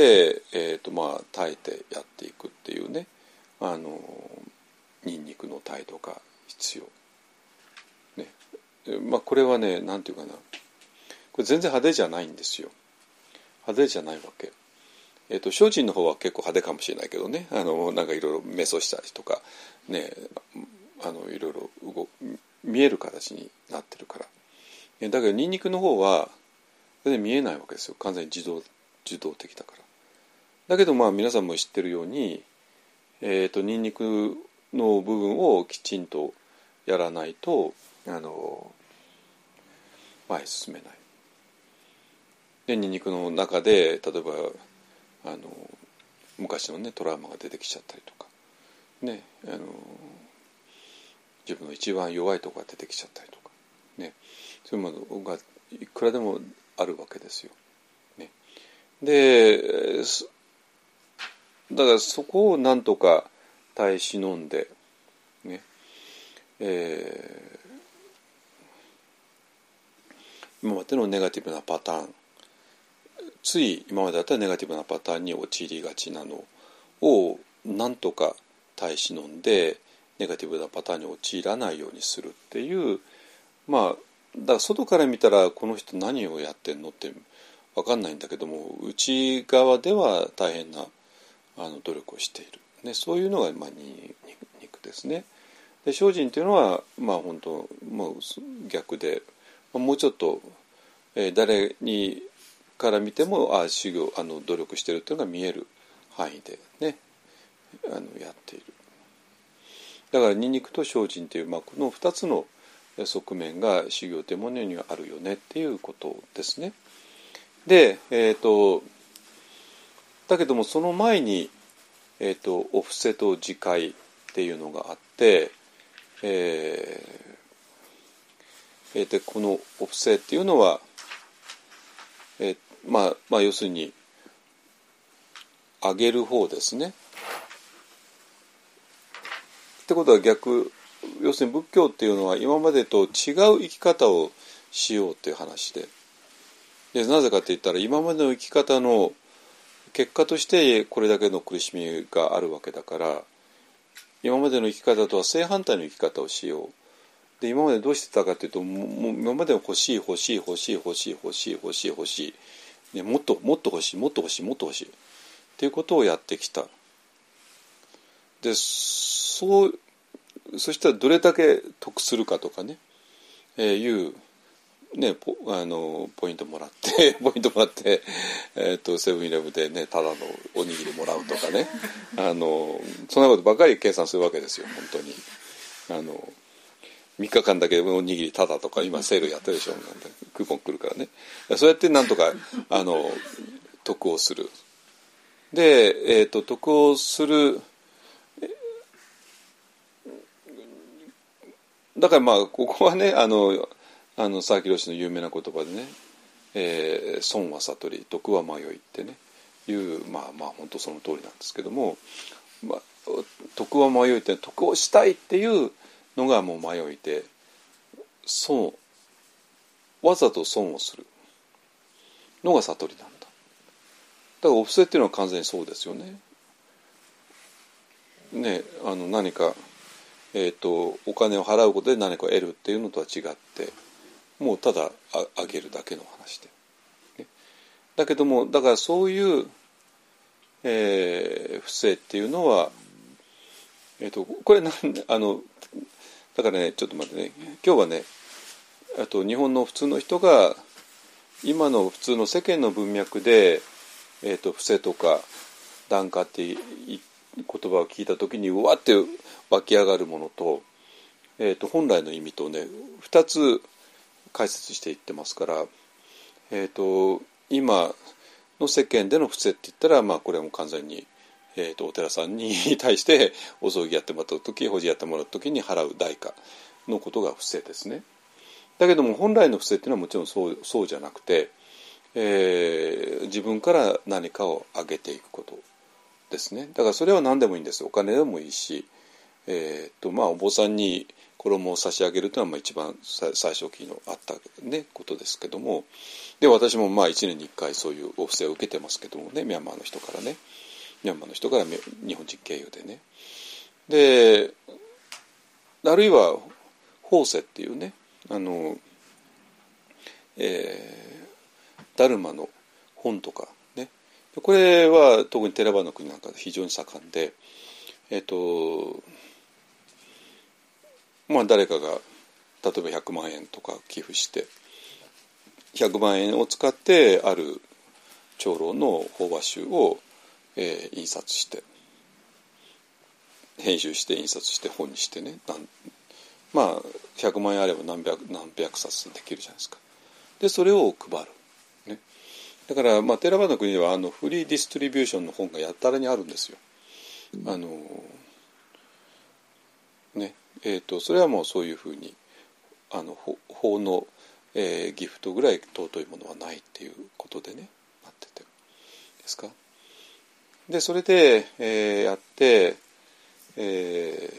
えーとまあ、耐えてやっていくっていうね、あのニンニクの態度が必要、ね。まあ、これはね、なんていうかな、これ全然派手じゃないんですよ。派手じゃないわけ。えーと、精進の方は結構派手かもしれないけどね、あのなんかいろいろメソしたりとかね、あのいろいろ動見える形になってるから。だけどニンニクの方は全然見えないわけですよ。完全に自動受動的だから。だけどまあ皆さんも知ってるように、えーとニンニクの部分をきちんとやらないとあの前へ進めない。でニンニクの中で例えばあの昔のねトラウマが出てきちゃったりとかね、あの自分の一番弱いところが出てきちゃったりとかね、そういうものがいくらでもあるわけですよ。ね、でだからそこをなんとか耐え忍んでね、えー、今までのネガティブなパターン、つい今までだったらネガティブなパターンに陥りがちなのをなんとか耐え忍んでネガティブなパターンに陥らないようにするっていう、まあだから外から見たらこの人何をやってんのって分かんないんだけども、内側では大変なあの努力をしている、ね、そういうのが、まあ、ニンニクですね。で精進っていうのはまあ本当もう逆で、もうちょっと、えー、誰にから見てもあ修行あの努力してるっていうのが見える範囲でねあのやっている。だからニンニクと精進っていう、まあ、このふたつの側面が修行というものにはあるよねっていうことですね。で、えーと、だけどもその前に、えーと、お布施と自戒っていうのがあって、えーえー、でこのお布施っていうのは、えーまあまあ、要するにあげる方ですね。ってことは逆、要するに仏教っていうのは今までと違う生き方をしようっていう話で、でなぜかって言ったら今までの生き方の結果としてこれだけの苦しみがあるわけだから、今までの生き方とは正反対の生き方をしよう。で今までどうしてたかというと、もう今までは欲しい欲しい欲しい欲しい欲しい欲しい欲しい、ね、もっともっと欲しいもっと欲しいもっと欲しいっていうことをやってきた。でそうそしたらどれだけ得するかとかね、えー、いうねポあのポイントもらってポイントもらって、えー、とセブンイレブンでねただのおにぎりもらうとかね、あのそんなことばかり計算するわけですよ本当に。あのみっかかんだけおにぎりただとか今セールやってるでしょ、なんてクーポン来るからね。そうやってなんとかあの得をする。で、えー、と得をする。だからまあここはねあのあの佐々木宏の有名な言葉でね、えー、損は悟り得は迷いってねいうまあまあ本当その通りなんですけども、まあ、得は迷いって得をしたいっていうのがもう迷いで、損わざと損をするのが悟りなんだ。だからお布施っていうのは完全にそうですよね。ねあの何かえー、とお金を払うことで何かを得るっていうのとは違ってもうただああげるだけの話で、ね、だけどもだからそういう、えー、不正っていうのは、えー、とこれなんあのだからねちょっと待ってね今日はねあと日本の普通の人が今の普通の世間の文脈で、えー、と不正とか檀家って言葉を聞いた時にうわって湧き上がるものと、えー、と本来の意味とねふたつ解説していってますから、えー、と今の世間での不正って言ったら、まあ、これはもう完全に、えー、とお寺さんに対してお葬儀やってもらった時法事やってもらった時に払う代価のことが不正ですね。だけども本来の不正っていうのはもちろんそう、そうじゃなくて、えー、自分から何かを上げていくことですね。だからそれは何でもいいんです。お金でもいいし、えーとまあ、お坊さんに衣を差し上げるというのはまあ一番最初期のあった、ね、ことですけども、で私もまあいちねんにいっかいそういうお布施を受けてますけどもね、ミャンマーの人からね、ミャンマーの人から日本人経由でね。であるいは法施っていうね、あの、えー、ダルマの本とかね、これは特にテラバの国なんかで非常に盛んで、えっとまあ誰かが例えばひゃくまんえんとか寄付してひゃくまんえんを使ってある長老の法話集を、えー、印刷して編集して印刷して本にしてね、なんまあひゃくまんえんあれば何百何百冊できるじゃないですか。でそれを配る、ね、だからまあテラバの国ではあのフリーディストリビューションの本がやたらにあるんですよ。あのねえー、とそれはもうそういうふうにあの法の、えー、ギフトぐらい尊いものはないっていうことでねなっててですか。でそれで、えー、やって、え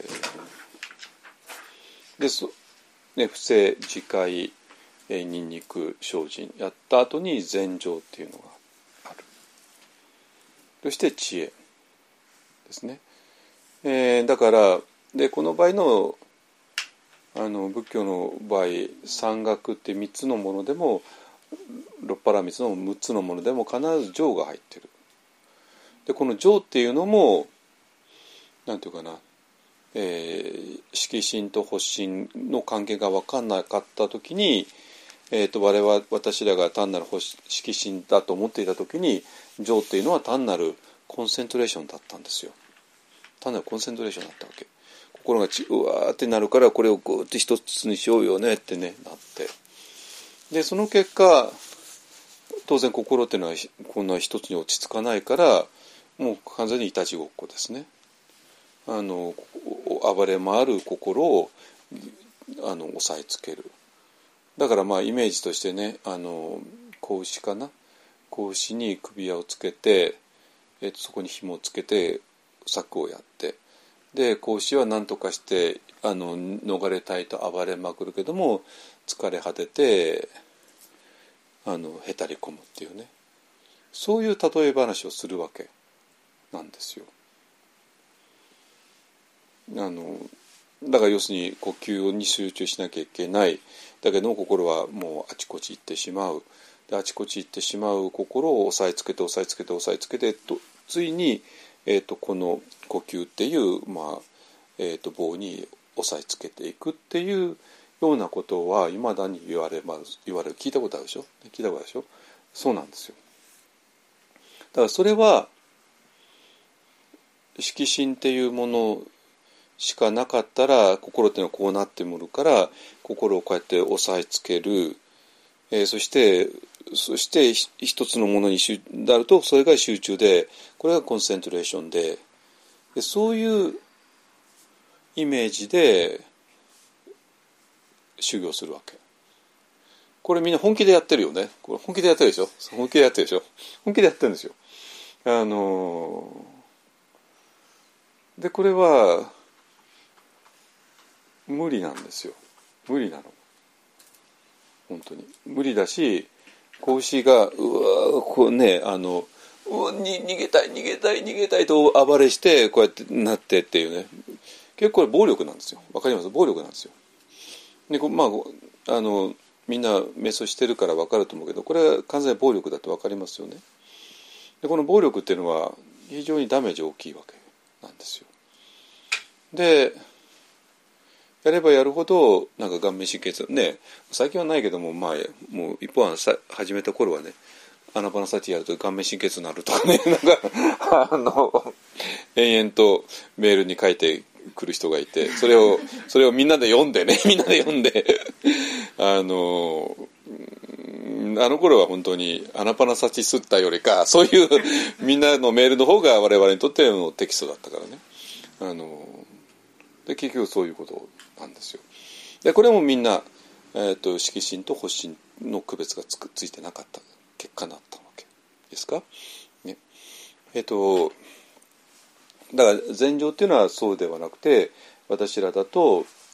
ー、でそね不正自戒、えー、ニンニク精進やった後に禅定っていうのがある。そして知恵ですね。えー、だからでこの場合のあの仏教の場合山岳ってみっつのものでも六波羅蜜のむっつのものでも必ず定が入ってる。でこの定っていうのもなんていうかな、えー、色心と発心の関係が分かんなかった時に、えー、と我々私らが単なる色心だと思っていた時に定っていうのは単なるコンセントレーションだったんですよ。単なるコンセントレーションだったわけ。心がちうわーってなるからこれをグーって一つにしようよねってねなって、でその結果当然心っていうのはこんな一つに落ち着かないからもう完全にいたちごっこですね。あの暴れ回る心をあの押さえつける。だからまあイメージとしてね、あの子牛かな、子牛に首輪をつけて、えっと、そこに紐をつけて柵をやって、で子牛は何とかしてあの逃れたいと暴れまくるけども疲れ果ててあのへたり込むっていうね、そういう例え話をするわけなんですよ。あのだから要するに呼吸に集中しなきゃいけない、だけど心はもうあちこち行ってしまう。であちこち行ってしまう心を押さえつけて押さえつけて押さえつけてとついに、えー、とこの呼吸っていう、まあえー、と棒に押さえつけていくっていうようなことはいまだに言われます言われる聞いたことあるでしょ聞いたことあるでしょ。そうなんですよ。だからそれは色心っていうものしかなかったら心っていうのはこうなってもるから心をこうやって押さえつける、えー、そしてそして一つのものになるとそれが集中でこれがコンセントレーション で, でそういうイメージで修行するわけ。これみんな本気でやってるよね。これ本気でやってるでしょ。本気でやってるでしょ。本気でやってるんですよ。あのでこれは無理なんですよ。無理なの。本当に無理だし、子牛がうわこうねあのうわに逃げたい逃げたい逃げたいと暴れしてこうやってなってっていうね、結構これ暴力なんですよ。わかります？暴力なんですよ。でまああのみんな瞑想してるから分かると思うけど、これは完全に暴力だと分かりますよね。でこの暴力っていうのは非常にダメージ大きいわけなんですよ。でやればやるほどなんか顔面神経痛ね、最近はないけども、まあもう一方は始めた頃はね、アナパナサティやると顔面神経痛になるとかね、なんかあの延々とメールに書いてくる人がいて、それをそれをみんなで読んでね、みんなで読んであのあの頃は本当にアナパナサティスッタよりかそういうみんなのメールの方が我々にとってのテキストだったからね、あので結局そういうことなんですよ。でこれもみんな、えー、と色心と発心の区別が つ, くついてなかった結果になったわけですか、ね、えっ、ー、とだから禅定っていうのはそうではなくて、私らだと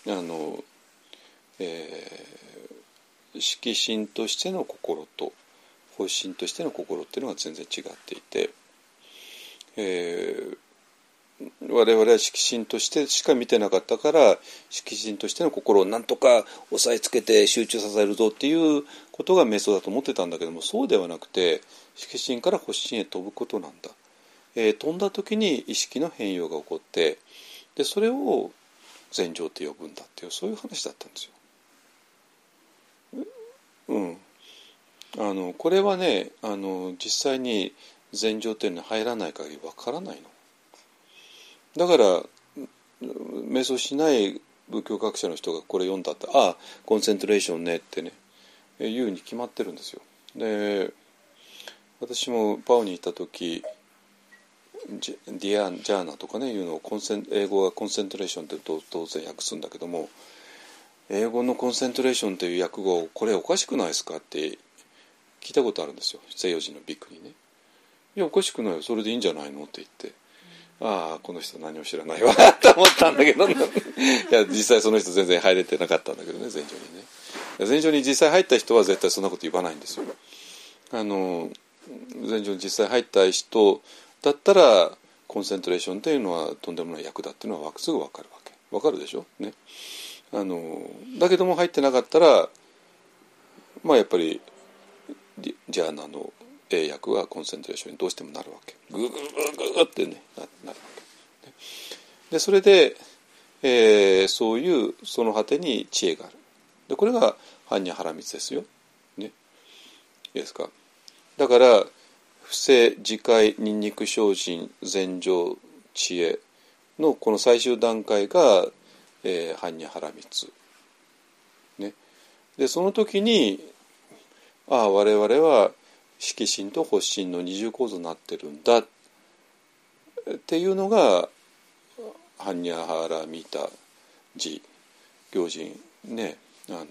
あの、えー、色心としての心と発心としての心っていうのが全然違っていて、えー我々は色心としてしか見てなかったから、色心としての心をなんとか押さえつけて集中させるぞっていうことが瞑想だと思ってたんだけども、そうではなくて色心から発心へ飛ぶことなんだ。えー、飛んだ時に意識の変容が起こって、でそれを禅定って呼ぶんだっていう、そういう話だったんですよ。うん。あのこれはね、あの実際に禅定っていうのに入らない限りわからないの。だから瞑想しない仏教学者の人がこれ読んだって、ああコンセントレーションねってね言うに決まってるんですよ。で私もパオに行った時ディアンジャーナとかねいうのをコンセン英語はコンセントレーションって当然訳すんだけども、英語のコンセントレーションっていう訳語これおかしくないですかって聞いたことあるんですよ、西洋人のビッグにね。いやおかしくないよ、それでいいんじゃないのって言って、ああこの人何も知らないわと思ったんだけどいや実際その人全然入れてなかったんだけどね、禅定にね。禅定に実際入った人は絶対そんなこと言わないんですよ。あの禅定に実際入った人だったらコンセントレーションというのはとんでもない役だっていうのはすぐ分かるわけ、分かるでしょね。あのだけども入ってなかったらまあやっぱりジャーナの英訳はコンセントレーションにどうしてもなるわけ、グーグーグーグーってね な, なるわけで、それで、えー、そういうその果てに知恵がある。でこれが般若波羅蜜ですよ、ね、いいですか。だから不正自戒ニンニク精進禅定知恵のこの最終段階が、えー、般若波羅蜜、ね、でその時にああ我々は色心と発心の二重構造になってるんだっていうのが般若波羅蜜多寺行人ね、あの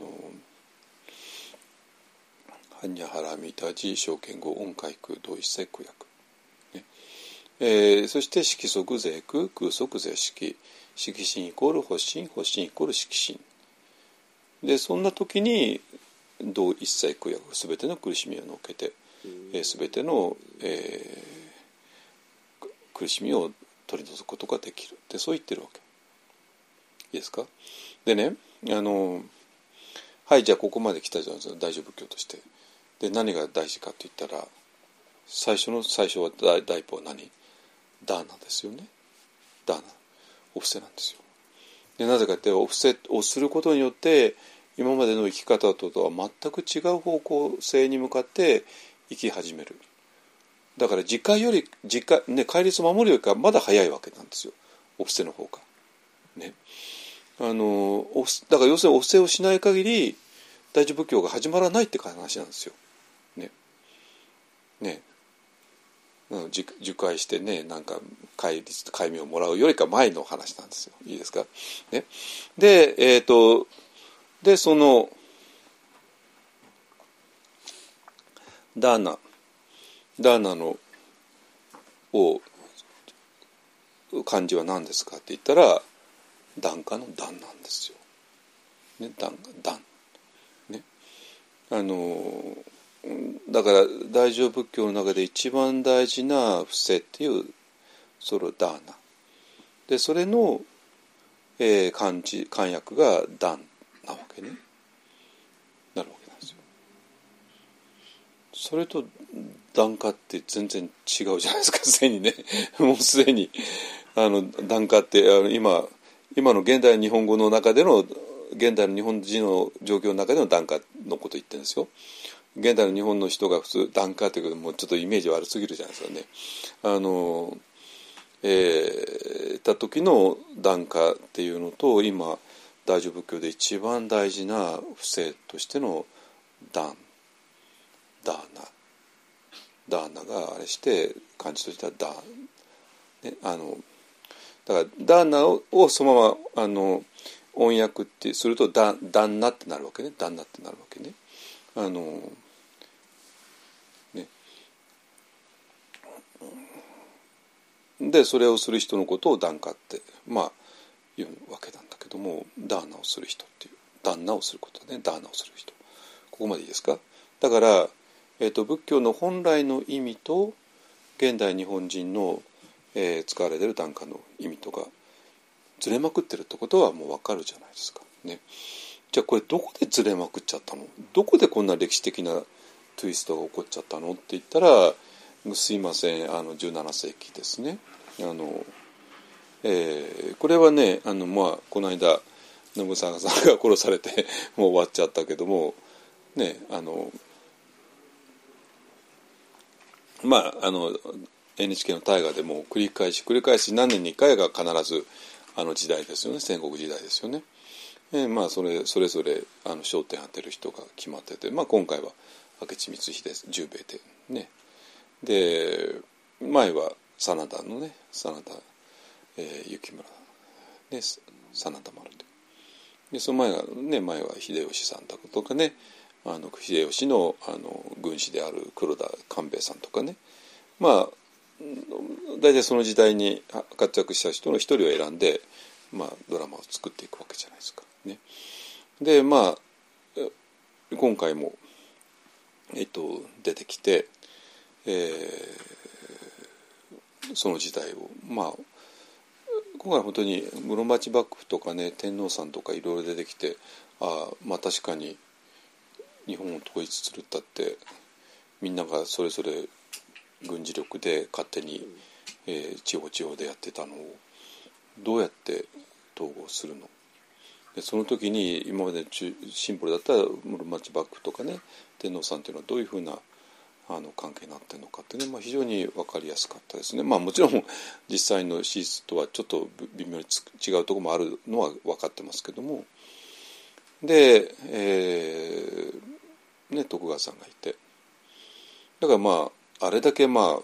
般若波羅蜜多寺正見語音階空同一切空訳、ねえー、そして色即是空空即是色、色心イコール発心、発心イコール色心で、そんな時に同一切空訳すべての苦しみをのけてすべ、えー、ての、えー、苦しみを取り除くことができるってそう言ってるわけ。いいですか。でね、あのはいじゃあここまで来たじゃないですか、大乗仏教として。で何が大事かといったら最初の最初は第一歩は何？ダーナですよね。ダーナお布施なんですよ。でなぜかってお布施をすることによって今までの生き方とは全く違う方向性に向かって生き始める。だから自戒より自戒、ね、戒律を守るよりかまだ早いわけなんですよ、お布施の方が、ね、あのだから要するにお布施をしない限り大乗仏教が始まらないって話なんですよ。ねね自戒してねなんか戒律戒名をもらうよりか前の話なんですよ。いいですか。ね、でえっ、ー、とでそのダーナダーナのを漢字は何ですかって言ったら檀家の檀なんですよ。ね、檀檀ね、あのだから大乗仏教の中で一番大事な布施っていうそれをダーナで、それの、えー、漢字漢訳が檀なわけね、なるわけなんですよ。それと檀家って全然違うじゃないですか、すでにねもうすでにあの檀家ってあの今今の現代日本語の中での現代の日本人の状況の中での檀家のことを言ってるんですよ。現代の日本の人が普通檀家っていうこともちょっとイメージ悪すぎるじゃないですかね。あのえー、た時の檀家っていうのと今大乗仏教で一番大事な布施としての檀ダーナダーナがあれして漢字としてはダー、ね、あのだからダーナ を, をそのままあの音訳ってするとダ旦那ってなるわけね、旦那ってなるわけね。あのねでそれをする人のことを檀家ってまあ言うわけなんだけども、ダーナをする人っていう、旦那をすることね、ダーナをする人、ここまでいいですか。だから、えー、と仏教の本来の意味と現代日本人の、えー、使われている檀家の意味とかずれまくってるってことはもう分かるじゃないですかね。じゃあこれどこでずれまくっちゃったの、どこでこんな歴史的なトゥイストが起こっちゃったのって言ったら、すいません、あのじゅうななせいきですね。あの、えー、これはね、あの、まあ、この間信長さんが殺されてもう終わっちゃったけどもね、あのまああの エヌエイチケー の大河でも繰り返し繰り返し何年にいっかいが必ずあの時代ですよね、戦国時代ですよね。えー、まあそれそれぞれあの焦点当てる人が決まってて、まあ、今回は明智光秀十兵衛でね、で前は真田のね真田、えー、幸村ね、真田丸で、でその前がね前は秀吉さんだとかね、あの秀吉のあの軍師である黒田官兵衛さんとかね、まあ大体その時代に活躍した人の一人を選んで、まあ、ドラマを作っていくわけじゃないですかね。でまあ今回も、えっと、出てきて、えー、その時代をまあ今回本当に室町幕府とかね天皇さんとかいろいろ出てきて、あまあ確かに日本を統一するったってみんながそれぞれ軍事力で勝手に、えー、地方地方でやってたのをどうやって統合するので、その時に今までシンプルだったら室町幕府とかね天皇さんっていうのはどういうふうなあの関係になってるのかってね、まあ、非常に分かりやすかったですね。まあもちろん実際の史実とはちょっと微妙に違うところもあるのは分かってますけども、で、えー、ね徳川さんがいて、だからまああれだけまあ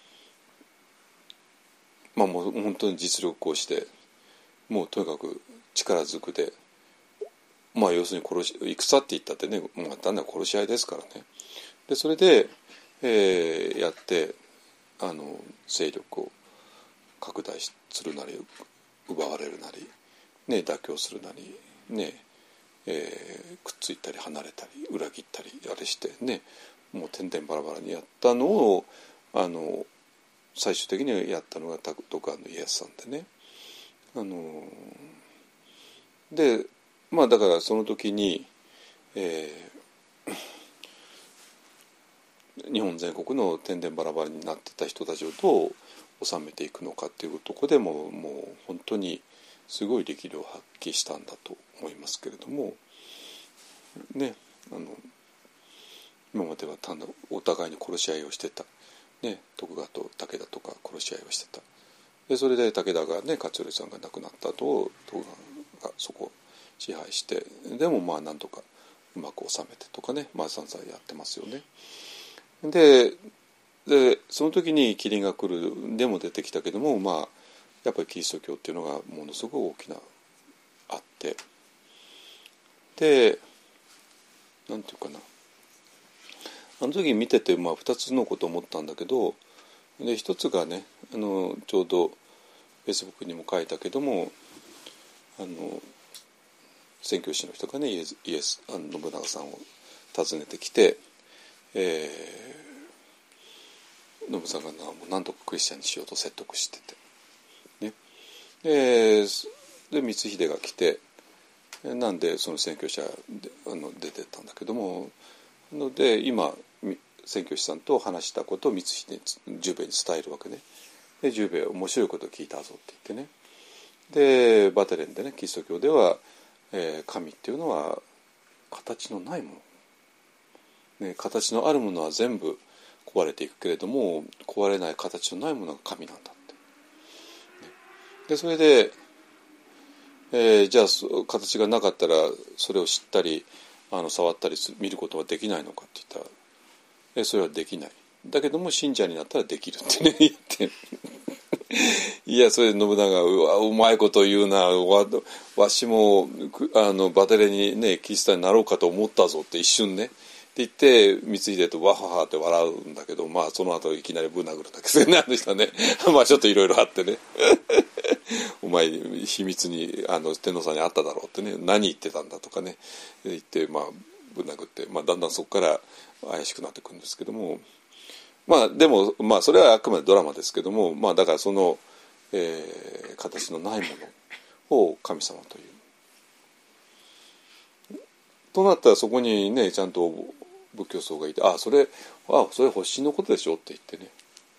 まあもう本当に実力をしてもうとにかく力ずくで、まあ要するに殺し戦って言ったってね、まあ単なる殺し合いですからね。でそれでえー、やってあの勢力を拡大するなり奪われるなり、ね、妥協するなり、ねえー、くっついたり離れたり裏切ったりあれしてね、もう点々バラバラにやったのをあの最終的にやったのが徳川の家康さんでね、あのでまあだからその時に、えー日本全国の点々バラバラになってた人たちをどう収めていくのかっていうところでももう本当にすごい力量を発揮したんだと思いますけれどもね、あの今までは単なるお互いに殺し合いをしてた、ね、徳川と武田とか殺し合いをしてた。でそれで武田がね勝頼さんが亡くなった後徳川がそこを支配して、でもまあなんとかうまく収めてとかね、まあ散々やってますよね。で, でその時にキリンが来るでも出てきたけども、まあやっぱりキリスト教っていうのがものすごく大きなあって、でなんていうかな、あの時見ててまあふたつのこと思ったんだけど、で一つがねあのちょうどフェイスブックにも書いたけども、あの宣教師の人がねイエス、イエスあの信長さんを訪ねてきて、えー、信長が何とかクリスチャンにしようと説得してて、ね、で, で光秀が来て、なんでその宣教師はあの出てったんだけども、ので今宣教師さんと話したことを光秀に十兵衛に伝えるわけね。で十兵衛面白いことを聞いたぞって言ってね、でバテレンでねキリスト教では、えー、神っていうのは形のないもの、ね、形のあるものは全部壊れていくけれども壊れない形のないものが神なんだって、ね、でそれで、えー、じゃあ形がなかったらそれを知ったりあの触ったり見ることはできないのかって言ったら、えー、それはできない、だけども信者になったらできるってね言っていやそれで信長が う, わうまいこと言うな わ, わしもあのバテレにねキリストになろうかと思ったぞって一瞬ねって言って光秀とわははって笑うんだけど、まあその後いきなりぶん殴るんだけどねあの人ねまあちょっといろいろあってねお前秘密にあの天皇さんに会っただろうってね、何言ってたんだとかね言って、まあぶん殴って、まあ、だんだんそこから怪しくなってくるんですけども、まあでもまあそれはあくまでドラマですけども、まあだからその、えー、形のないものを神様というとなったら、そこにねちゃんと仏教僧がいて、あそれあそれ発心のことでしょって言ってね、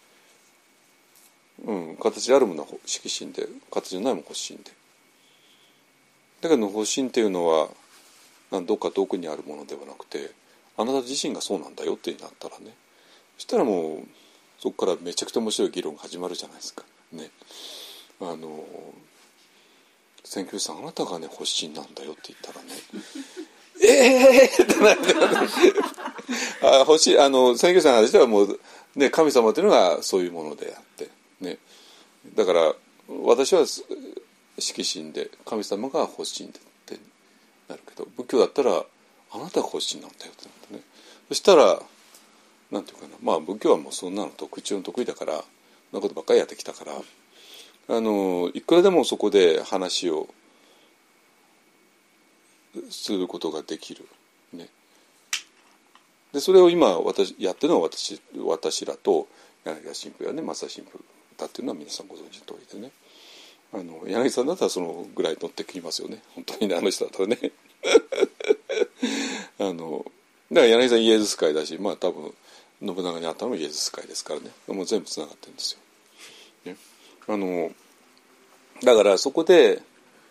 うん、形あるものは色心で、形のないものは発心で、だけど発心っていうのはどっか遠くにあるものではなくて、あなた自身がそうなんだよってなったらね、そしたらもうそこからめちゃくちゃ面白い議論が始まるじゃないですかね。あの宣教師さん、あなたがね発心なんだよって言ったらねええーってなってあ星あの宣教師さんの話ではもう、ね、神様というのがそういうものであって、ね、だから私は色心で神様が発心でってなるけど、仏教だったらあなたが発心なんだよってなってね、そしたらなんていうかな、まあ仏教はもうそんなの得意中の得意だから、そんなことばっかりやってきたから、あのいくらでもそこで話をすることができる、ね、でそれを今私やってるのは私私らと柳田神父やね松田神父だっていうのは皆さんご存知の通りでね、あの柳さんだったらそのぐらい乗ってきますよね、本当にね、あの人だったらねあのだから柳さんイエズス会だし、まあ多分信長に会ったのもイエズス会ですからね、もう全部つながってるんですよ、ね、あのだからそこで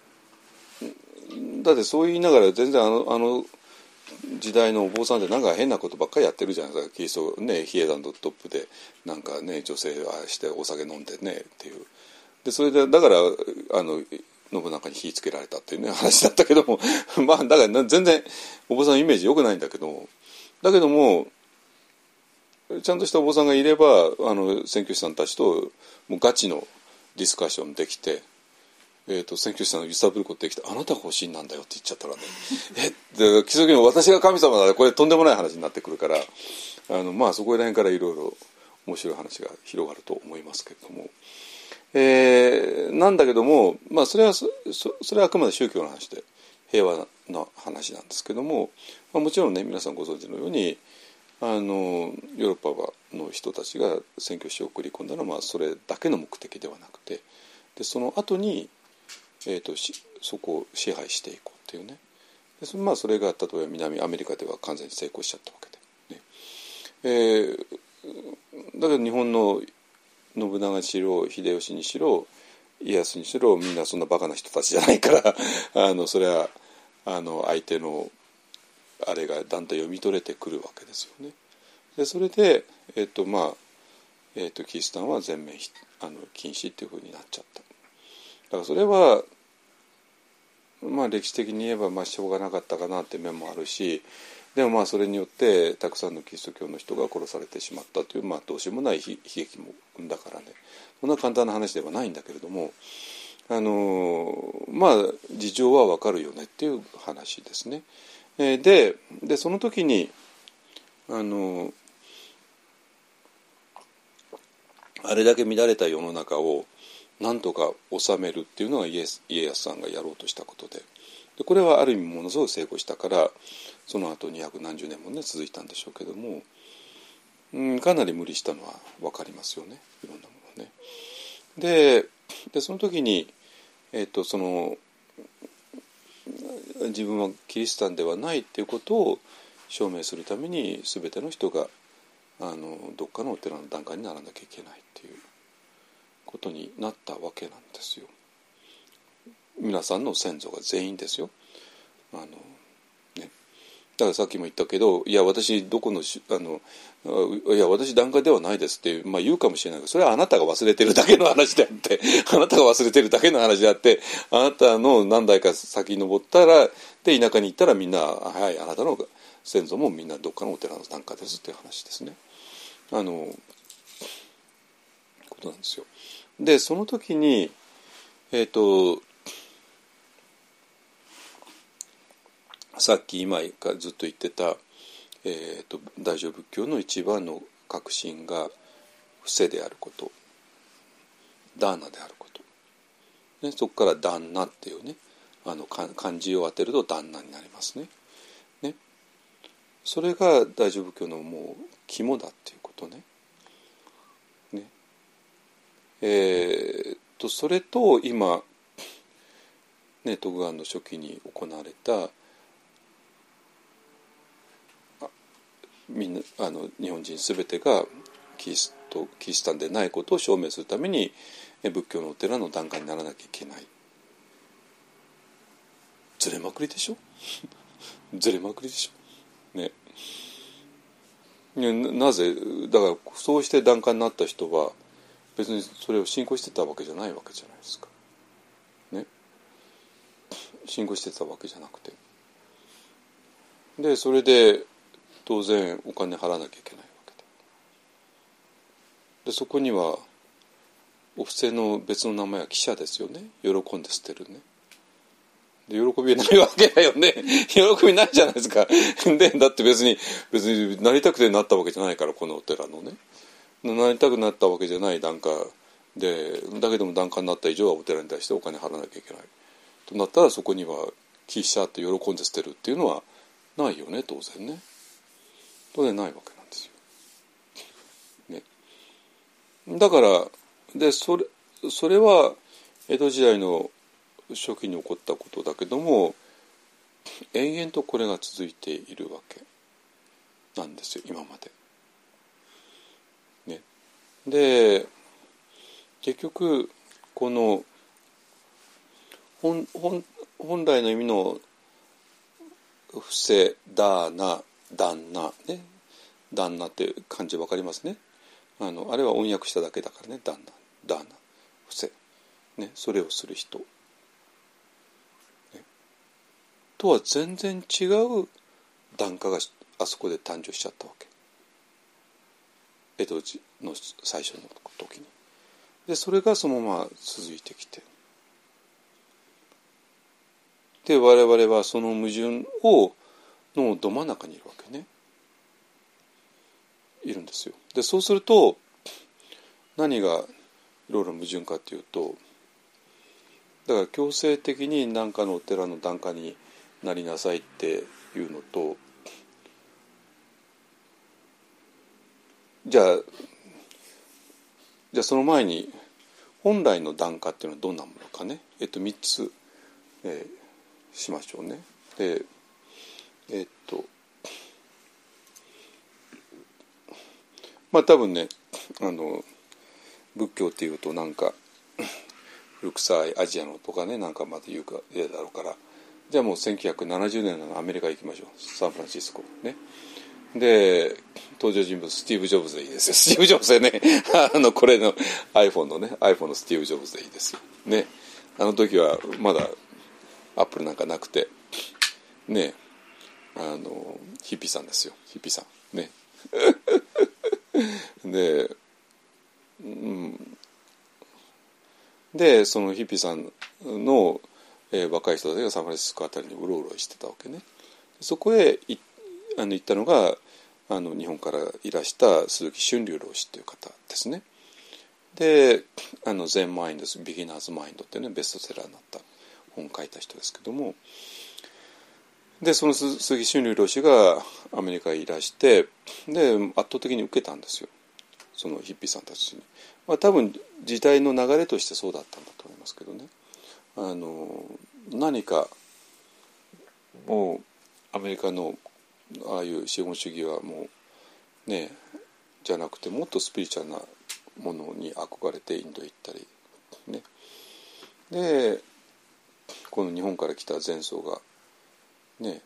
だってそう言いながら全然あのあの時代のお坊さんってなんか変なことばっかりやってるじゃないですか。キリストね、比叡山のトップでなんかね女性はしてお酒飲んでねっていう、でそれでだからあの信長に火つけられたっていうね話だったけどもまあだから全然お坊さんのイメージ良くないんだけど、だけどもちゃんとしたお坊さんがいれば、あの宣教師さんたちともうガチのディスカッションできて、えー、と宣教師さんを揺さぶることできて、あなたが欲しいなんだよって言っちゃったらねえで基礎的に私が神様だ、これとんでもない話になってくるから、あのまあそこら辺からいろいろ面白い話が広がると思いますけれども、えー、なんだけども、まあそれは そ, それはあくまで宗教の話で平和な話なんですけども、まあ、もちろんね皆さんご存知のようにあのヨーロッパの人たちが宣教師を送り込んだのは、まあ、それだけの目的ではなくて、でその後に、えー、とそこを支配していこうっていうね、でそ, まあ、それが例えば南アメリカでは完全に成功しちゃったわけで、ねえー、だけど日本の信長にしろ秀吉にしろ家康にしろみんなそんなバカな人たちじゃないからあのそれはあの相手のあれがだんだん読み取れてくるわけですよね。でそれで、えーとまあえー、とキリシタンは全面あの禁止っていうふうになっちゃった。だからそれは、まあ、歴史的に言えばまあしょうがなかったかなって面もあるし、でもまあそれによってたくさんのキリスト教の人が殺されてしまったという、まあ、どうしようもない悲劇も生んだからね、そんな簡単な話ではないんだけれども、あのまあ事情はわかるよねっていう話ですね。で, でその時にあのあれだけ乱れた世の中をなんとか収めるっていうのが家康さんがやろうとしたことで、でこれはある意味ものすごく成功したから、その後にひゃくなんじゅうねんもね続いたんでしょうけども、うん、かなり無理したのは分かりますよね、いろんなものね。で, でその時に、えー、とその自分はキリシタンではないっていうことを証明するために全ての人があのどっかのお寺の檀家にならなきゃいけないっていうことになったわけなんですよ。皆さんの先祖が全員ですよ。あの、ね、だからさっきも言ったけど、いや私どこのあのいや私檀家ではないですって、まあ、言うかもしれないけど、それはあなたが忘れてるだけの話であってあなたが忘れてるだけの話であって、あなたの何代か先登ったらで田舎に行ったらみんな、はい、あなたの先祖もみんなどっかのお寺の檀家ですっていう話ですね。あのことなんですよ。でその時にえっとさっき今ずっと言ってた、えー、と大乗仏教の一番の核心が伏せであること、ダーナであることね、そこから旦那っていうね、あの漢字を当てると旦那になりますね。ね、それが大乗仏教のもう肝だっていうことね。ね、えー、とそれと今、ね、徳川の初期に行われたみんなあの日本人すべてがキリストキリシタンでないことを証明するために仏教のお寺の檀家にならなきゃいけない。ずれまくりでしょずれまくりでしょね。なぜだからそうして檀家になった人は別にそれを信仰してたわけじゃないわけじゃないですかね。信仰してたわけじゃなくて、でそれで当然お金払わなきゃいけないわけで、でそこにはお布施の別の名前は記者ですよね。喜んで捨てるね。で喜びないわけだよね。喜びないじゃないですか。でだって別に別になりたくてなったわけじゃないから、このお寺のね、なりたくなったわけじゃない檀家で、だけども檀家になった以上はお寺に対してお金払わなきゃいけないとなったら、そこには記者って喜んで捨てるっていうのはないよね、当然ね。当然ないわけなんですよ。ね、だからでそれそれは江戸時代の初期に起こったことだけども、延々とこれが続いているわけなんですよ、今まで。ね、で結局この 本, 本, 本来の意味の布施、ダーナ、旦那ね、旦那って漢字分かりますね。あのあれは音訳しただけだからね、旦那、ダーナ、布施、ね、それをする人、ね、とは全然違う檀家があそこで誕生しちゃったわけ、江戸の最初の時に。でそれがそのまま続いてきて、で我々はその矛盾をのど真ん中にいるわけね、いるんですよ。でそうすると何がいろいろ矛盾かというと、だから強制的に何かのお寺の檀家になりなさいっていうのと、じゃあじゃあその前に本来の檀家っていうのはどんなものかね、えっとみっつ、えー、しましょうね。でえっとまあ多分ね、あの仏教っていうとなんか古臭いアジアのとかね、なんかまた言うか例だろうから、じゃあもうせんきゅうひゃくななじゅうねんのアメリカ行きましょう、サンフランシスコね。で登場人物スティーブ・ジョブズでいいですよ。スティーブ・ジョブズでねあのこれの iPhone のね iPhone のスティーブ・ジョブズでいいですよね。あの時はまだアップルなんかなくてね、あのヒッピーさんですよ、ヒッピーさんねで、うん、でそのヒッピーさんの、えー、若い人たちがサンフランシスコあたりにうろうろしてたわけね。そこへいあの行ったのがあの日本からいらした鈴木春龍老師という方ですね。であのゼンマインドビギナーズマインドっていうねベストセラーになった本を書いた人ですけども、でその鈴木春龍老師がアメリカへいらしてで圧倒的に受けたんですよ、そのヒッピーさんたちに。まあ多分時代の流れとしてそうだったんだと思いますけどね。あの何かもうアメリカのああいう資本主義はもうねじゃなくて、もっとスピリチュアルなものに憧れてインドへ行ったりね。でこの日本から来た禅僧がね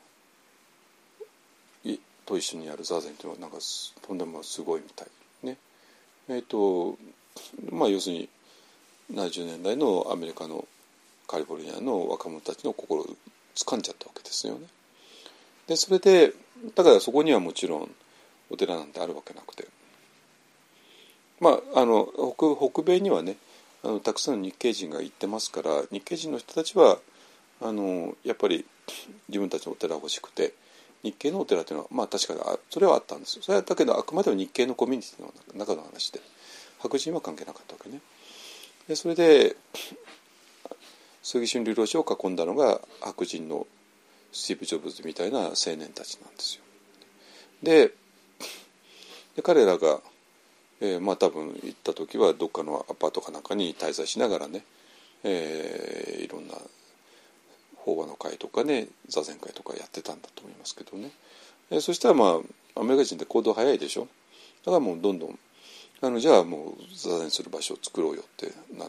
と一緒にやる座禅というのはなんかとんでもすごいみたいね。えっとまあ要するにななじゅうねんだいのアメリカのカリフォルニアの若者たちの心を掴んじゃったわけですよね。でそれでだからそこにはもちろんお寺なんてあるわけなくて、まああの 北, 北米にはねあのたくさんの日系人が行ってますから、日系人の人たちはあのやっぱり自分たちのお寺が欲しくて日系のお寺というのはまあ確かにそれはあったんですよ。それはだけどあくまでも日系のコミュニティの中の話で白人は関係なかったわけね。でそれで鈴木春流老師を囲んだのが白人のスティーブ・ジョブズみたいな青年たちなんですよ。で、で彼らが、えー、まあ多分行った時はどっかのアパートかなんかに滞在しながらね、えー、いろんな法話の会とかね座禅会とかやってたんだと思いますけどね。えー、そしたらまあアメリカ人って行動早いでしょ。だからもうどんどんあのじゃあもう座禅する場所を作ろうよってなって、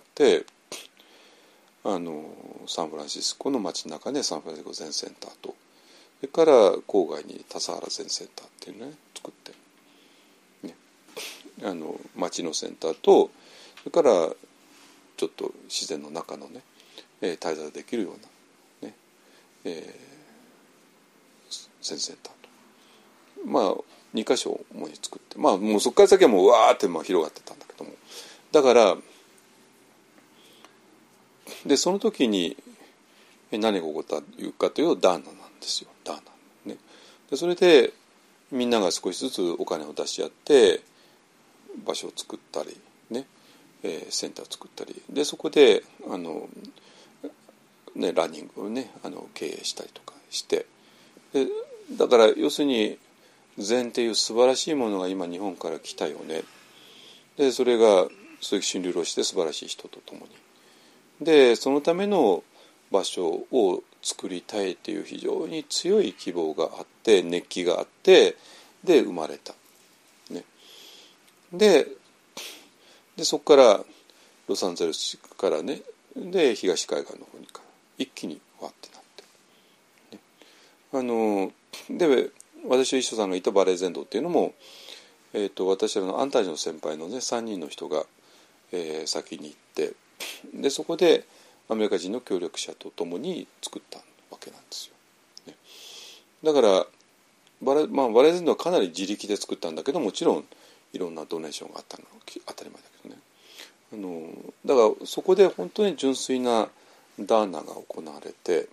あのサンフランシスコの街の中でサンフランシスコ禅センターと、それから郊外に笹原禅センターっていうのね作って、ね、あの街のセンターと、それからちょっと自然の中のね、えー、滞在できるようなね、えー、禅センターと、まあにかしょ主に作って、まあもうそこから先はもううわーってまあ広がってたんだけども、だからでその時に何が起こったかというとダーナなんですよ。ダーナ、ね、でそれでみんなが少しずつお金を出し合って場所を作ったりね、えー、センターを作ったりで、そこであの、ね、ランニングをねあの経営したりとかして、でだから要するに禅っていう素晴らしいものが今日本から来たよね。でそれが鈴木春流老師で素晴らしい人とともにでそのための場所を作りたいという非常に強い希望があって熱気があってで生まれた、ね、で, でそこからロサンゼルスからねで東海岸の方にから一気にわってなって、ね、あので私と一緒さんがいたバレエ禅道っていうのも、えー、と私らの安泰寺の先輩のねさんにんの人が、えー、先に行ってでそこでアメリカ人の協力者と共に作ったわけなんですよ、ね、だからバレ、まあ、バレエ禅道はかなり自力で作ったんだけどもちろんいろんなドネーションがあったのが当たり前だけどね、あのだからそこで本当に純粋なダーナが行われて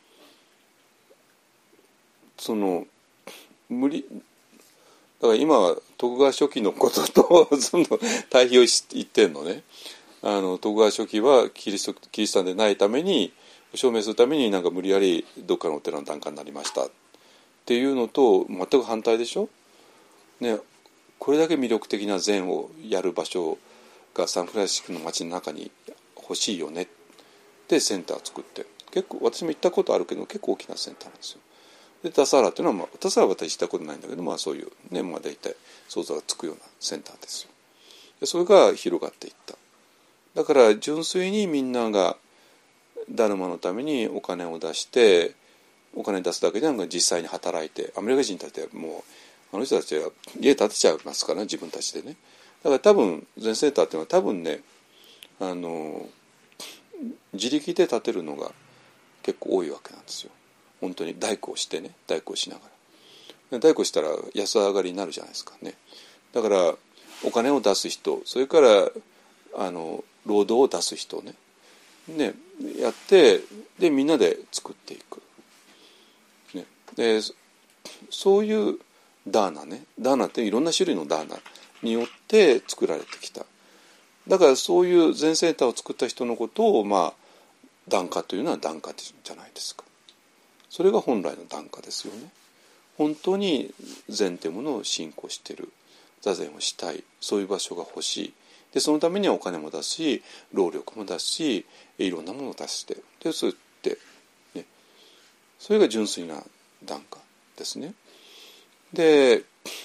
その無理だから今は徳川初期のこととその対比を言ってんのね。あの徳川初期はキリストキリシタンでないために証明するためになんか無理やりどっかのお寺の檀家になりましたっていうのと全く反対でしょ、ね、これだけ魅力的な禅をやる場所がサンフランシスコの街の中に欲しいよねでセンターを作って結構私も行ったことあるけど結構大きなセンターなんですよ。でタサーラっていうのは、まあ、タサーラは私行ったことないんだけど、まあ、そういうね、まあ、大体想像がつくようなセンターですよ。でそれが広がっていった。だから純粋にみんながダルマのためにお金を出してお金出すだけでなく実際に働いてアメリカ人たちはもうあの人たちは家建てちゃいますからね自分たちでね。だから多分禅センターっていうのは多分ねあの自力で建てるのが結構多いわけなんですよ。本当に大工をしてね大工をしながら大工したら安上がりになるじゃないですかね。だからお金を出す人それからあの労働を出す人ねねやってでみんなで作っていく、ね、でそういうダーナねダーナっていろんな種類のダーナによって作られてきた。だからそういう禅センターを作った人のことをまあ檀家というのは檀家じゃないですか。それが本来の檀家ですよね。本当に禅というものを信仰している座禅をしたいそういう場所が欲しいでそのためにはお金も出すし労力も出すしいろんなものを出してでそうやって、ね、それが純粋な檀家ですね。で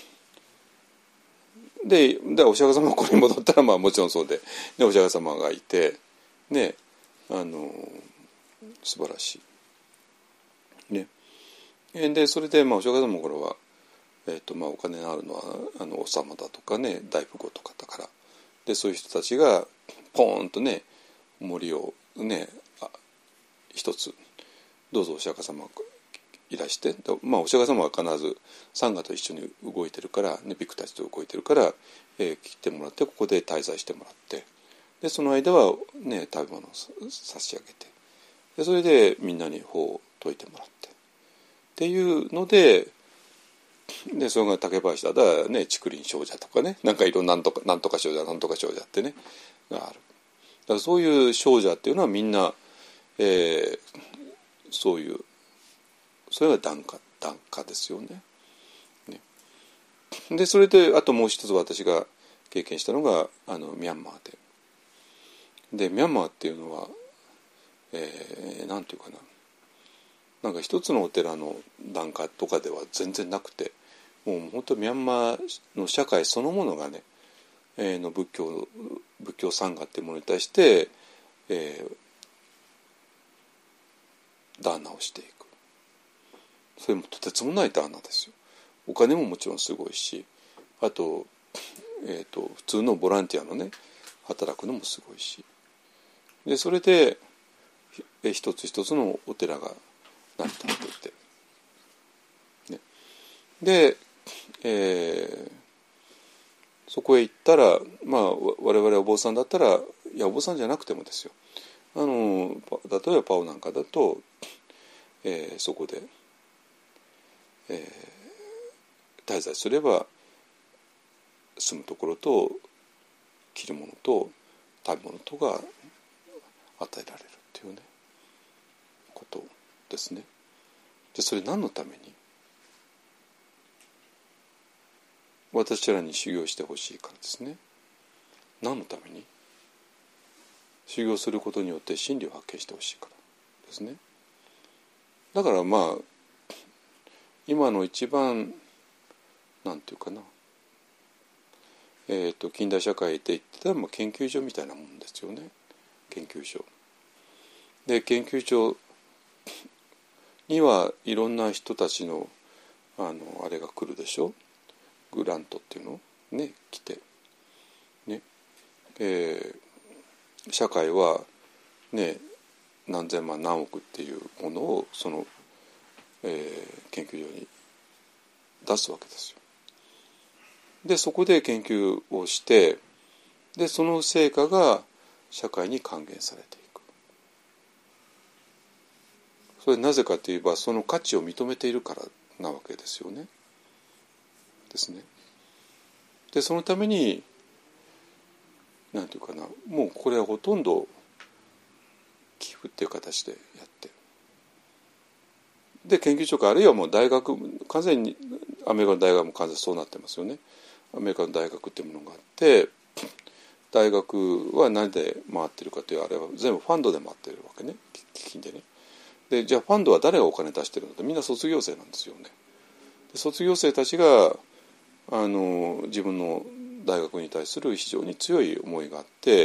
ででお釈迦様がこれに戻ったらまあもちろんそうで、でお釈迦様がいてねあの素晴らしいね。でそれでまあお釈迦様の頃は、えーとまあ、お金のあるのはあの王様だとかね大富豪とかだからでそういう人たちがポーンとね森をね一つどうぞお釈迦様いらして、まあ、お釈迦様は必ずサンガと一緒に動いてるから、ね、ビクたちと動いてるから、えー、来てもらってここで滞在してもらってでその間は、ね、食べ物を差し上げてでそれでみんなに法を説いてもらってっていうのででそれが竹林だったらね竹林少女とかねなんかいろんななんとかなんとか少女なんとか少女ってねがある。だからそういう少女っていうのはみんな、ええー、そういうそれが檀家檀家ですよね。ねでそれであともう一つ私が経験したのがあのミャンマーででミャンマーっていうのは、えー、なんていうかななんか一つのお寺の檀家とかでは全然なくてもう本当ミャンマーの社会そのものがね、えー、の仏教仏教参加っていうものに対して、えー、ダーナをしていく。それもとてつもないダーナですよ。お金ももちろんすごいしあと、えーと、普通のボランティアのね働くのもすごいしでそれで一つ一つのお寺が成り立っていて、ね、で、えー、そこへ行ったらまあ我々お坊さんだったらいやお坊さんじゃなくてもですよあの例えばパオなんかだと、えー、そこで、えー、滞在すれば住むところと着るものと食べ物とが与えられるっていうねことですね。でそれ何のために私らに修行してほしいからですね。何のために修行することによって真理を発見してほしいからですね。だからまあ今の一番なんていうかなえー、と近代社会で言ってたらまあ研究所みたいなもんですよね。研究所で研究所にはいろんな人たちのあのあれが来るでしょ。グラントっていうのね来てね、えー、社会はね何千万何億っていうものをその、えー、研究所に出すわけですよ。でそこで研究をしてでその成果が社会に還元されていく。それなぜかといえばその価値を認めているからなわけですよね。ですね。でそのためになんていうかなもうこれはほとんど寄付っていう形でやってで研究所かあるいはもう大学完全にアメリカの大学も完全にそうなってますよね。アメリカの大学っていうものがあって大学は何で回ってるかというあれは全部ファンドで回ってるわけね基金でね。でじゃあファンドは誰がお金出してるのってみんな卒業生なんですよね。で卒業生たちがあの自分の大学に対する非常に強い思いがあって、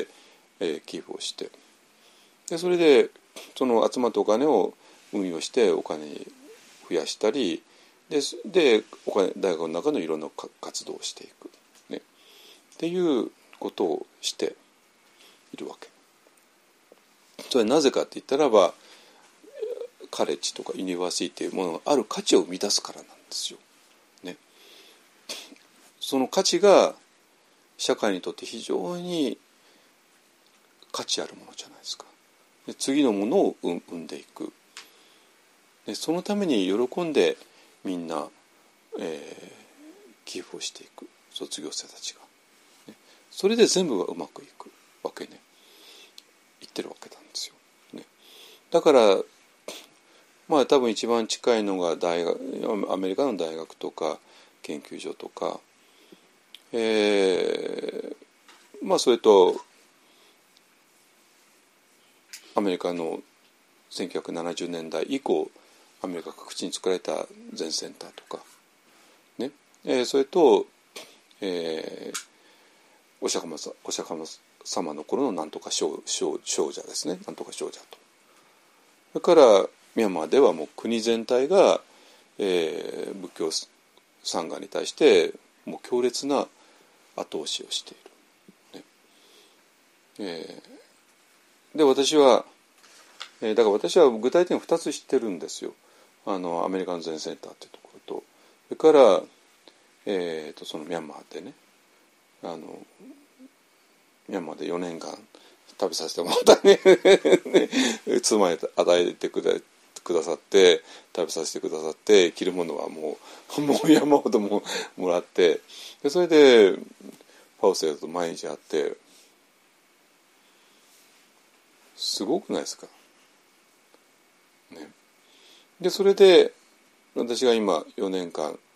えー、寄付をしてでそれでその集まったお金を運用してお金に増やしたりで, でお金大学の中のいろんな活動をしていく、ね、っていうことをしているわけ。それはなぜかって言ったらばカレッジとかユニバーシティというものがある価値を生み出すからなんですよ、ね、その価値が社会にとって非常に価値あるものじゃないですか。で次のものを生んでいくでそのために喜んでみんな、えー、寄付をしていく卒業生たちが、ね、それで全部がうまくいくわけね言ってるわけなんですよ、ね、だからまあ多分一番近いのが大学アメリカの大学とか研究所とか、えー、まあそれとアメリカのせんきゅうひゃくななじゅうねんだい以降アメリカ各地に作られた全センターとか、ねえー、それと、えー、お釈迦お釈迦様の頃のなんとか少少少女ですねなんとか少女とそれからミャンマーではもう国全体が、えー、仏教サンガに対してもう強烈な後押しをしている、ねえー、で私は、えー、だから私は具体的にふたつ知ってるんですよ。あのアメリカの全センターというところとそれから、えー、とそのミャンマーでねあのミャンマーでよねんかん食べさせてもらったね妻に与えてくれくださって食べさせてくださって着るものはもうもう山ほどももらってでそれでパウセルと毎日会ってすごくないですか。 ね、でそれで私が今よねんかん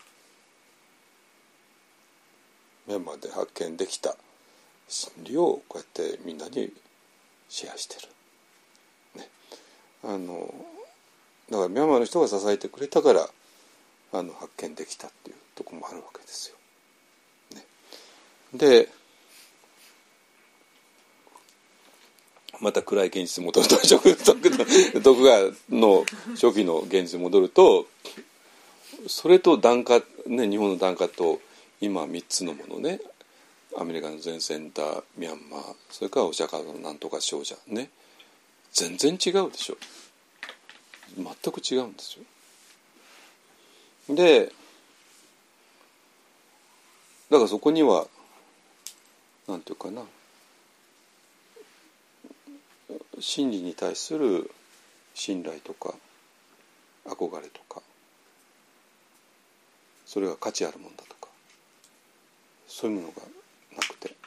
ミャンマーで発見できた真理をこうやってみんなにシェアしてる、ね、あのだからミャンマーの人が支えてくれたからあの発見できたっていうところもあるわけですよ、ね、でまた暗い現実に戻ると徳川の初期の現実に戻るとそれと檀家、ね、日本の檀家と今みっつのものね、アメリカの前線だミャンマー、それからお釈迦のなんとか少女ね、全然違うでしょ。全く違うんですよ。でだからそこにはなんていうかな、真理に対する信頼とか憧れとか、それが価値あるもんだとか、そういうものがなくて、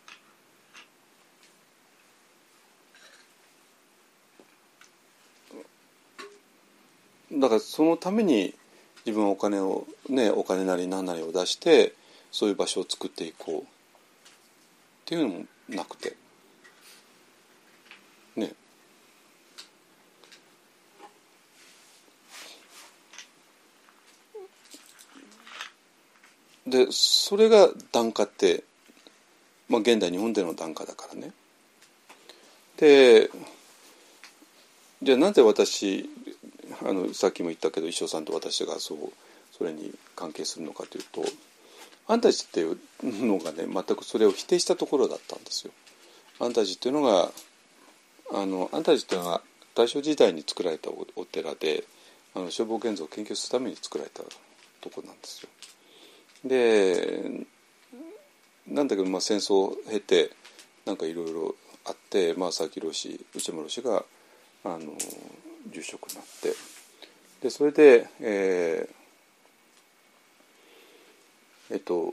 だからそのために自分はお金をね、お金なり何なりを出してそういう場所を作っていこうっていうのもなくてね。でそれが檀家って、まあ、現代日本での檀家だからね。でじゃあなぜ私あのさっきも言ったけど一生さんと私がそうそれに関係するのかというと、あんたたちっていうのがね全くそれを否定したところだったんですよ。あんたたちっていうのがあのあんたたちっていうのは大正時代に作られた お, お寺で、あの消防建造を研究するために作られたところなんですよ。でなんだけど、まあ、戦争を経てなんかいろいろあって、まあ、佐々木朗氏内村氏があの住職になって、でそれでえー、えっと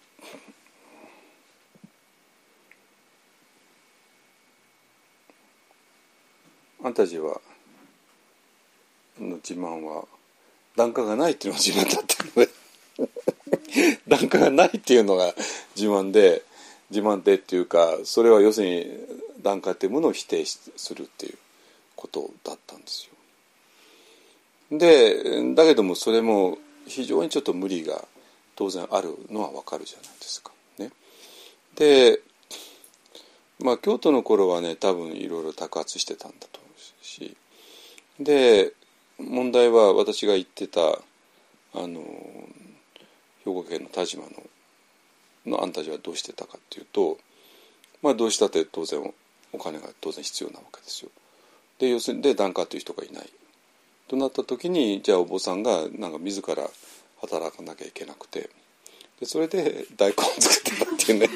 あんたたちはの自慢は檀家がないっていうのが自慢だったので檀家がないっていうのが自慢で自慢でっていうか、それは要するに檀家っていうものを否定するっていうことだったんですよ。でだけどもそれも非常にちょっと無理が当然あるのはわかるじゃないですかね。でまあ京都の頃はね多分いろいろ托発してたんだと思うし、で問題は私が言ってたあの兵庫県の田島 の, のあんたたちはどうしてたかっていうと、まあどうしたって当然お金が当然必要なわけですよ。で要するにで檀家という人がいないとなった時に、じゃあお坊さんがなんか自ら働かなきゃいけなくて、でそれで大根を作ってたっていうね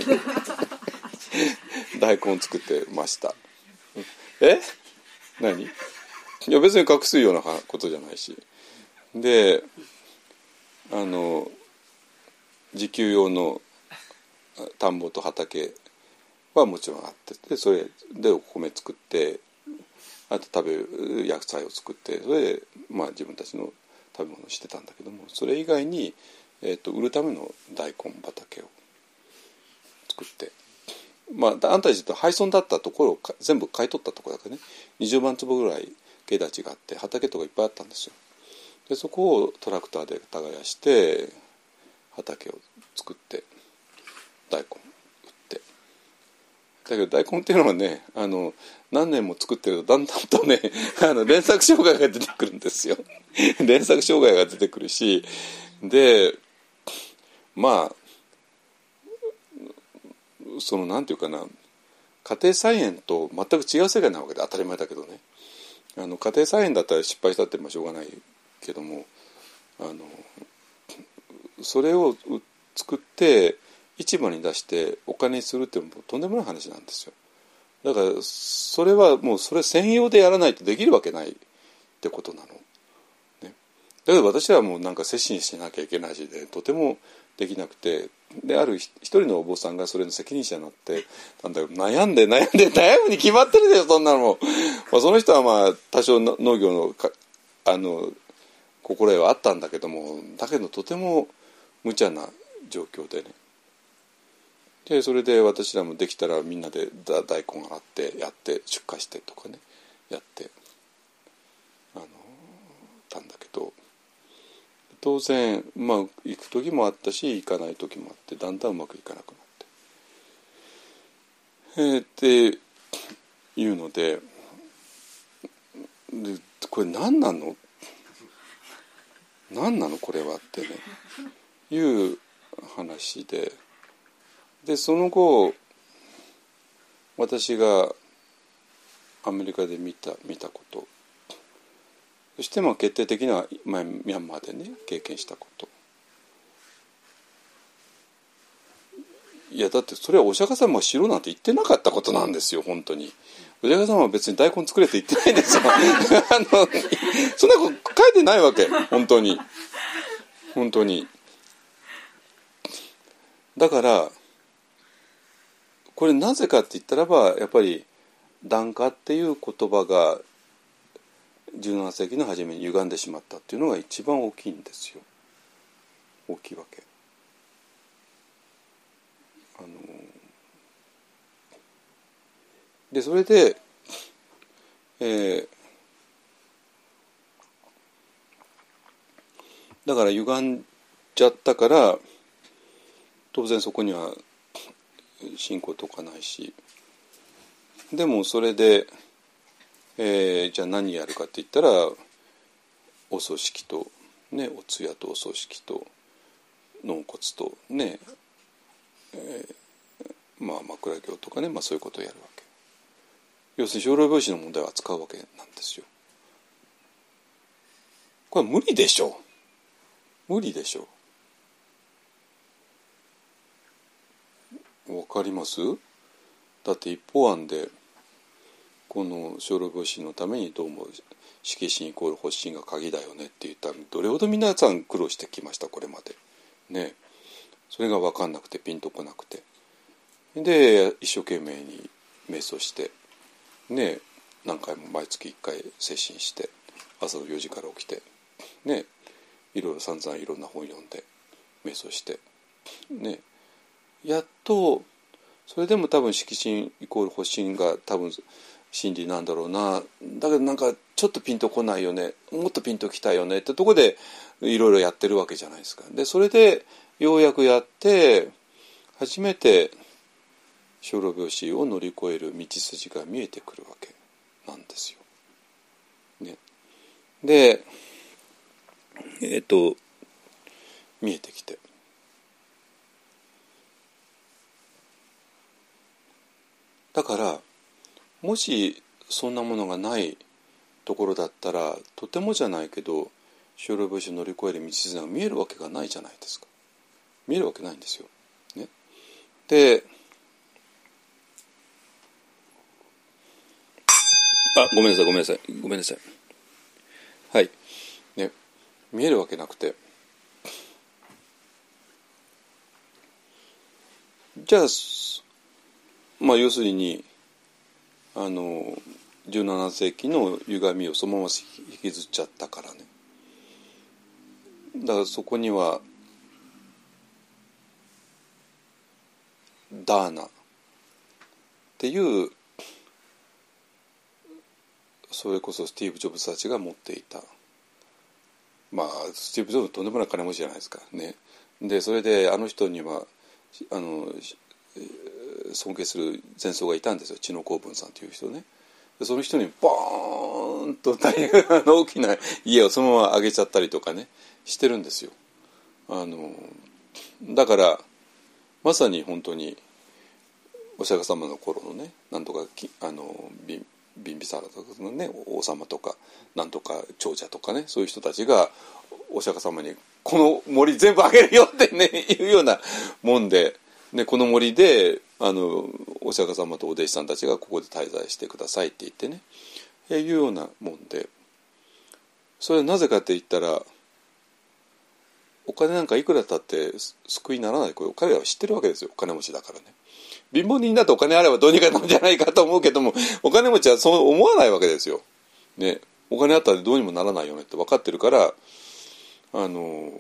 大根を作ってました。え何？いや別に隠すようなことじゃないし、であの自給用の田んぼと畑はもちろんあって、でそれでお米作って、あと食べる野菜を作って、それでまあ自分たちの食べ物をしてたんだけども、それ以外に、えー、と売るための大根畑を作って、まああんたたちと廃村だったところを全部買い取ったところだからね、にじゅうまんつぼぐらい毛立ちがあって畑とかいっぱいあったんですよ。でそこをトラクターで耕して畑を作って大根売って、だけど大根っていうのはね、あの何年も作ってるとだんだんとねあの連作障害が出てくるんですよ連作障害が出てくるし、でまあそのなんていうかな、家庭菜園と全く違う世界なわけで当たり前だけどね、あの家庭菜園だったら失敗したってまあしょうがないけども、あのそれを作って市場に出してお金にするっていうのもとんでもない話なんですよ。だからそれはもうそれ専用でやらないとできるわけないってことなの、ね、 だけど私はもうなんか接心しなきゃいけないしでとてもできなくて、である一人のお坊さんがそれの責任者になってなんだ悩んで悩んで悩むに決まってるでしょそんなのも、まあ、その人はまあ多少の農業のかあの心得はあったんだけども、だけどとても無茶な状況でね。でそれで私らもできたらみんなで大根洗ってやって出荷してとかねやってあのたんだけど、当然まあ行く時もあったし行かない時もあって、だんだんうまくいかなくなって、えー、っていうので、でこれ何なの何なのこれはってねいう話で、でその後私がアメリカで見た見たこと、そしてまあ決定的な前ミャンマーでね経験したこと、いやだってそれはお釈迦様がしろなんて言ってなかったことなんですよ。本当にお釈迦様は別に大根作れって言ってないんですよあのそんなこと書いてないわけ、本当に本当に。だからこれなぜかって言ったらば、やっぱり檀家っていう言葉がじゅうなな世紀の初めに歪んでしまったっていうのが一番大きいんですよ。大きいわけ。あのでそれで、えー、だから歪んじゃったから当然そこには信仰とかないし、でもそれで、えー、じゃあ何やるかって言ったらお葬式とね、お通夜とお葬式と納骨とね、えー、まあ枕業とかね、まあそういうことをやるわけ。要するに生老病死の問題を扱うわけなんですよ。これは無理でしょう。無理でしょう。わかります？だって一方案でこの生老病死のためにどうも色心イコール発心が鍵だよねって言ったら、どれほど皆さん苦労してきましたこれまでね。それが分かんなくてピンとこなくて、で一生懸命に瞑想してね、何回も毎月いっかい接心して朝のよじから起きてね、いろいろ散々いろんな本読んで瞑想してね、やっとそれでも多分色心イコール発心が多分真理なんだろうな、だけどなんかちょっとピンとこないよね、もっとピンときたいよねってとこでいろいろやってるわけじゃないですか。でそれでようやくやって初めて生老病死を乗り越える道筋が見えてくるわけなんですよ、ね、でえっと見えてきて、だからもしそんなものがないところだったらとてもじゃないけど生老病死を乗り越える道筋が見えるわけがないじゃないですか。見えるわけないんですよ、ね、であごめんなさいごめんなさいごめんなさいはいね、見えるわけなくて、じゃあまあ要するにあのじゅうなな世紀の歪みをそのまま引きずっちゃったからね。だからそこにはダーナっていうそれこそスティーブ・ジョブズたちが持っていた、まあスティーブ・ジョブズとんでもない金持ちじゃないですかね。でそれであの人にはあの尊敬する禅僧がいたんですよ、知野公文さんという人ね。でその人にボーンと大大きな家をそのまま上げちゃったりとかねしてるんですよ。あのだからまさに本当にお釈迦様の頃のね、なんとかあのビンビンビサーラとかのね王様とかなんとか長者とかね、そういう人たちがお釈迦様にこの森全部あげるよってねいうようなもんで、ね、この森であのお釈迦様とお弟子さんたちがここで滞在してくださいって言ってねいうようなもんで、それはなぜかって言ったらお金なんかいくらだって救いにならない。これ彼らは知ってるわけですよ。お金持ちだからね。貧乏人だとお金あればどうにかなるんじゃないかと思うけども、お金持ちはそう思わないわけですよ。ね、お金あったらどうにもならないよねって分かってるから、あの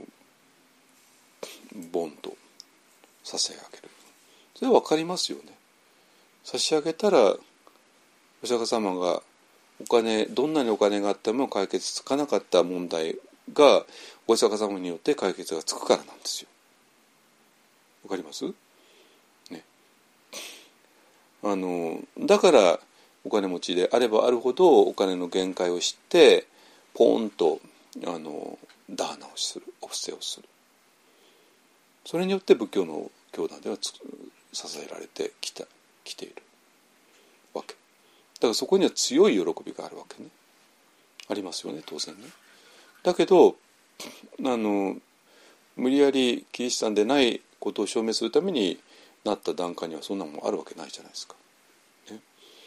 ボンと差し上げる。それは分かりますよね。差し上げたらお釈迦様がお金、どんなにお金があっても解決つかなかった問題がお釈迦様によって解決がつくからなんですよ。わかります？ね。あのだからお金持ちであればあるほどお金の限界を知ってポーンとあのダーナをする、お布施をする。それによって仏教の教団では支えられてきた、きているわけ。だからそこには強い喜びがあるわけね。ありますよね、当然ね。だけどあの無理やりキリシタンでないことを証明するためになった段階にはそんなもんあるわけないじゃないですか。ね、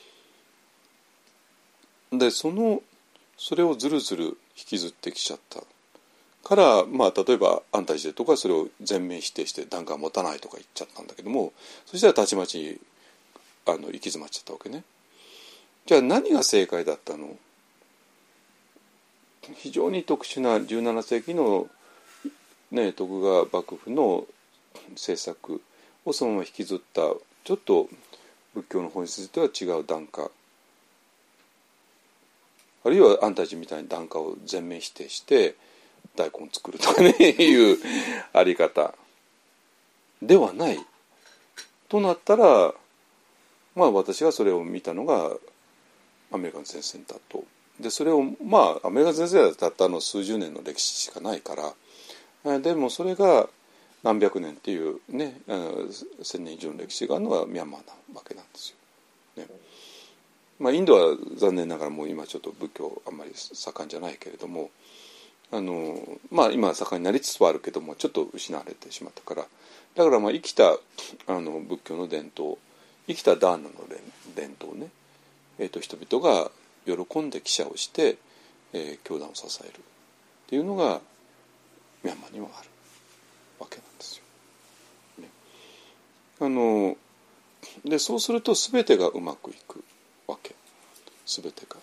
でそのそれをずるずる引きずってきちゃったから、まあ、例えば安泰寺とかそれを全面否定して檀家は持たないとか言っちゃったんだけども、そしたらたちまちあの行き詰まっちゃったわけね。じゃあ何が正解だったの？非常に特殊なじゅうなな世紀の、ね、徳川幕府の政策をそのまま引きずったちょっと仏教の本質とは違う檀家、あるいは安泰寺みたいに檀家を全面否定して大根作るとかねいうあり方ではないとなったら、まあ私がそれを見たのがアメリカン先生だと。でそれをまあアメリカン先生だったったの数十年の歴史しかないから、でもそれが何百年っていうね、千年以上の歴史があるのがミャンマーなわけなんですよ。ね、まあインドは残念ながらもう今ちょっと仏教あんまり盛んじゃないけれども、あのまあ今は盛んになりつつはあるけどもちょっと失われてしまったから、だからまあ生きたあの仏教の伝統、生きたダーナの伝統をね、えー、と人々が喜んで帰社をして、えー、教団を支えるっていうのがミャンマーにはあるわけなんですよ。ね、あのでそうすると全てがうまくいくわけ。全てが。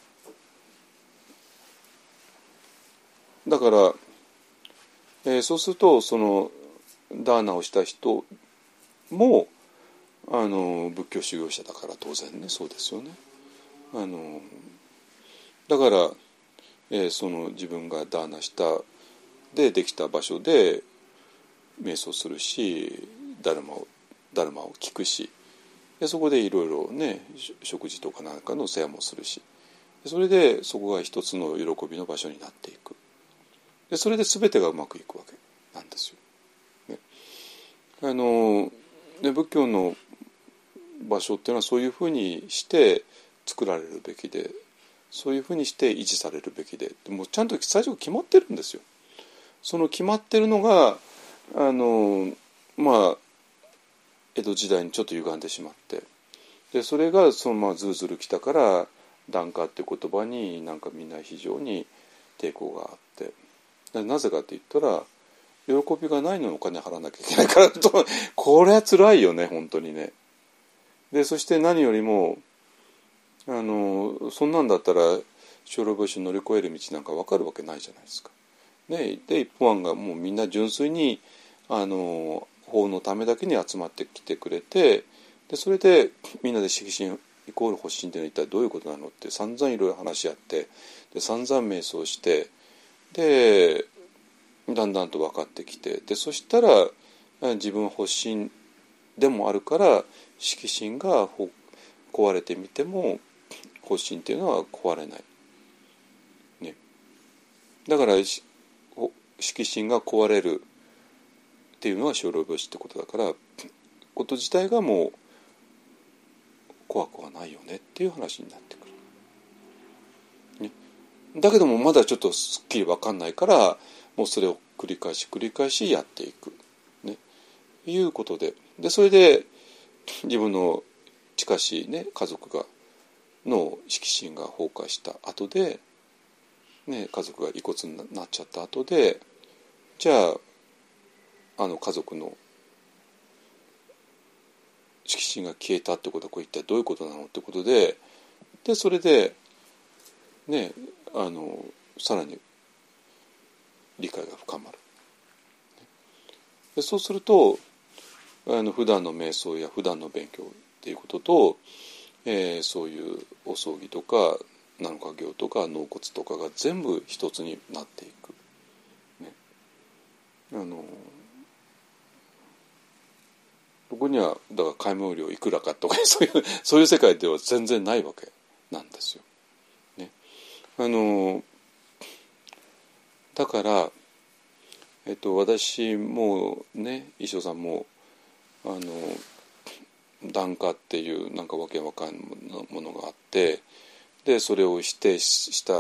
だから、えー、そうするとそのダーナをした人もあの仏教修行者だから当然ね、そうですよね。あのだから、えー、その自分がダーナしたでできた場所で瞑想するし、ダルマをダルマを聞くし、でそこでいろいろね食事とかなんかの世話もするし、それでそこが一つの喜びの場所になっていく。でそれで全てがうまくいくわけなんですよ。ね、あので仏教の場所っていうのはそういうふうにして作られるべきで、そういうふうにして維持されるべきで、もうちゃんと最初決まってるんですよ。その決まってるのがあのまあ江戸時代にちょっと歪んでしまって、でそれがそのままずるずるきたから檀家って言葉になんかみんな非常に抵抗があって、でなぜかって言ったら喜びがないのにお金払わなきゃいけないからとこれは辛いよね本当にね。でそして何よりもあのそんなんだったら生老病死を乗り越える道なんか分かるわけないじゃないですか。ね、で一方案がもうみんな純粋にあの法のためだけに集まってきてくれて、でそれでみんなで色心イコール発心っていうのは一体どういうことなのって散々いろいろ話し合って、で散々瞑想して、でだんだんと分かってきて、でそしたら自分は発心でもあるから色心が壊れてみても発心っていうのは壊れない、ね、だから色心が壊れるっていうのは生老病死ってことだから、こと自体がもう怖くはないよねっていう話になってくる、ね、だけどもまだちょっとすっきり分かんないからもうそれを繰り返し繰り返しやっていく、ね、いうことで、でそれで自分の近しい、ね、家族がの色心が崩壊した後で、ね、家族が遺骨になっちゃった後で、じゃああの家族の色心が消えたってことはこれ一体どういうことなのってことで、でそれでねあのさらに理解が深まる。でそうするとあの普段の瞑想や普段の勉強っていうことと、えー、そういうお葬儀とか七日行とか納骨とかが全部一つになっていく、ね、あのここにはだから開門料いくらかとかそういうそういう世界では全然ないわけなんですよ、ね、あのだから、えっと、私もね石尾さんもあの檀家っていうなんかわけわかんないものがあって、でそれを否定した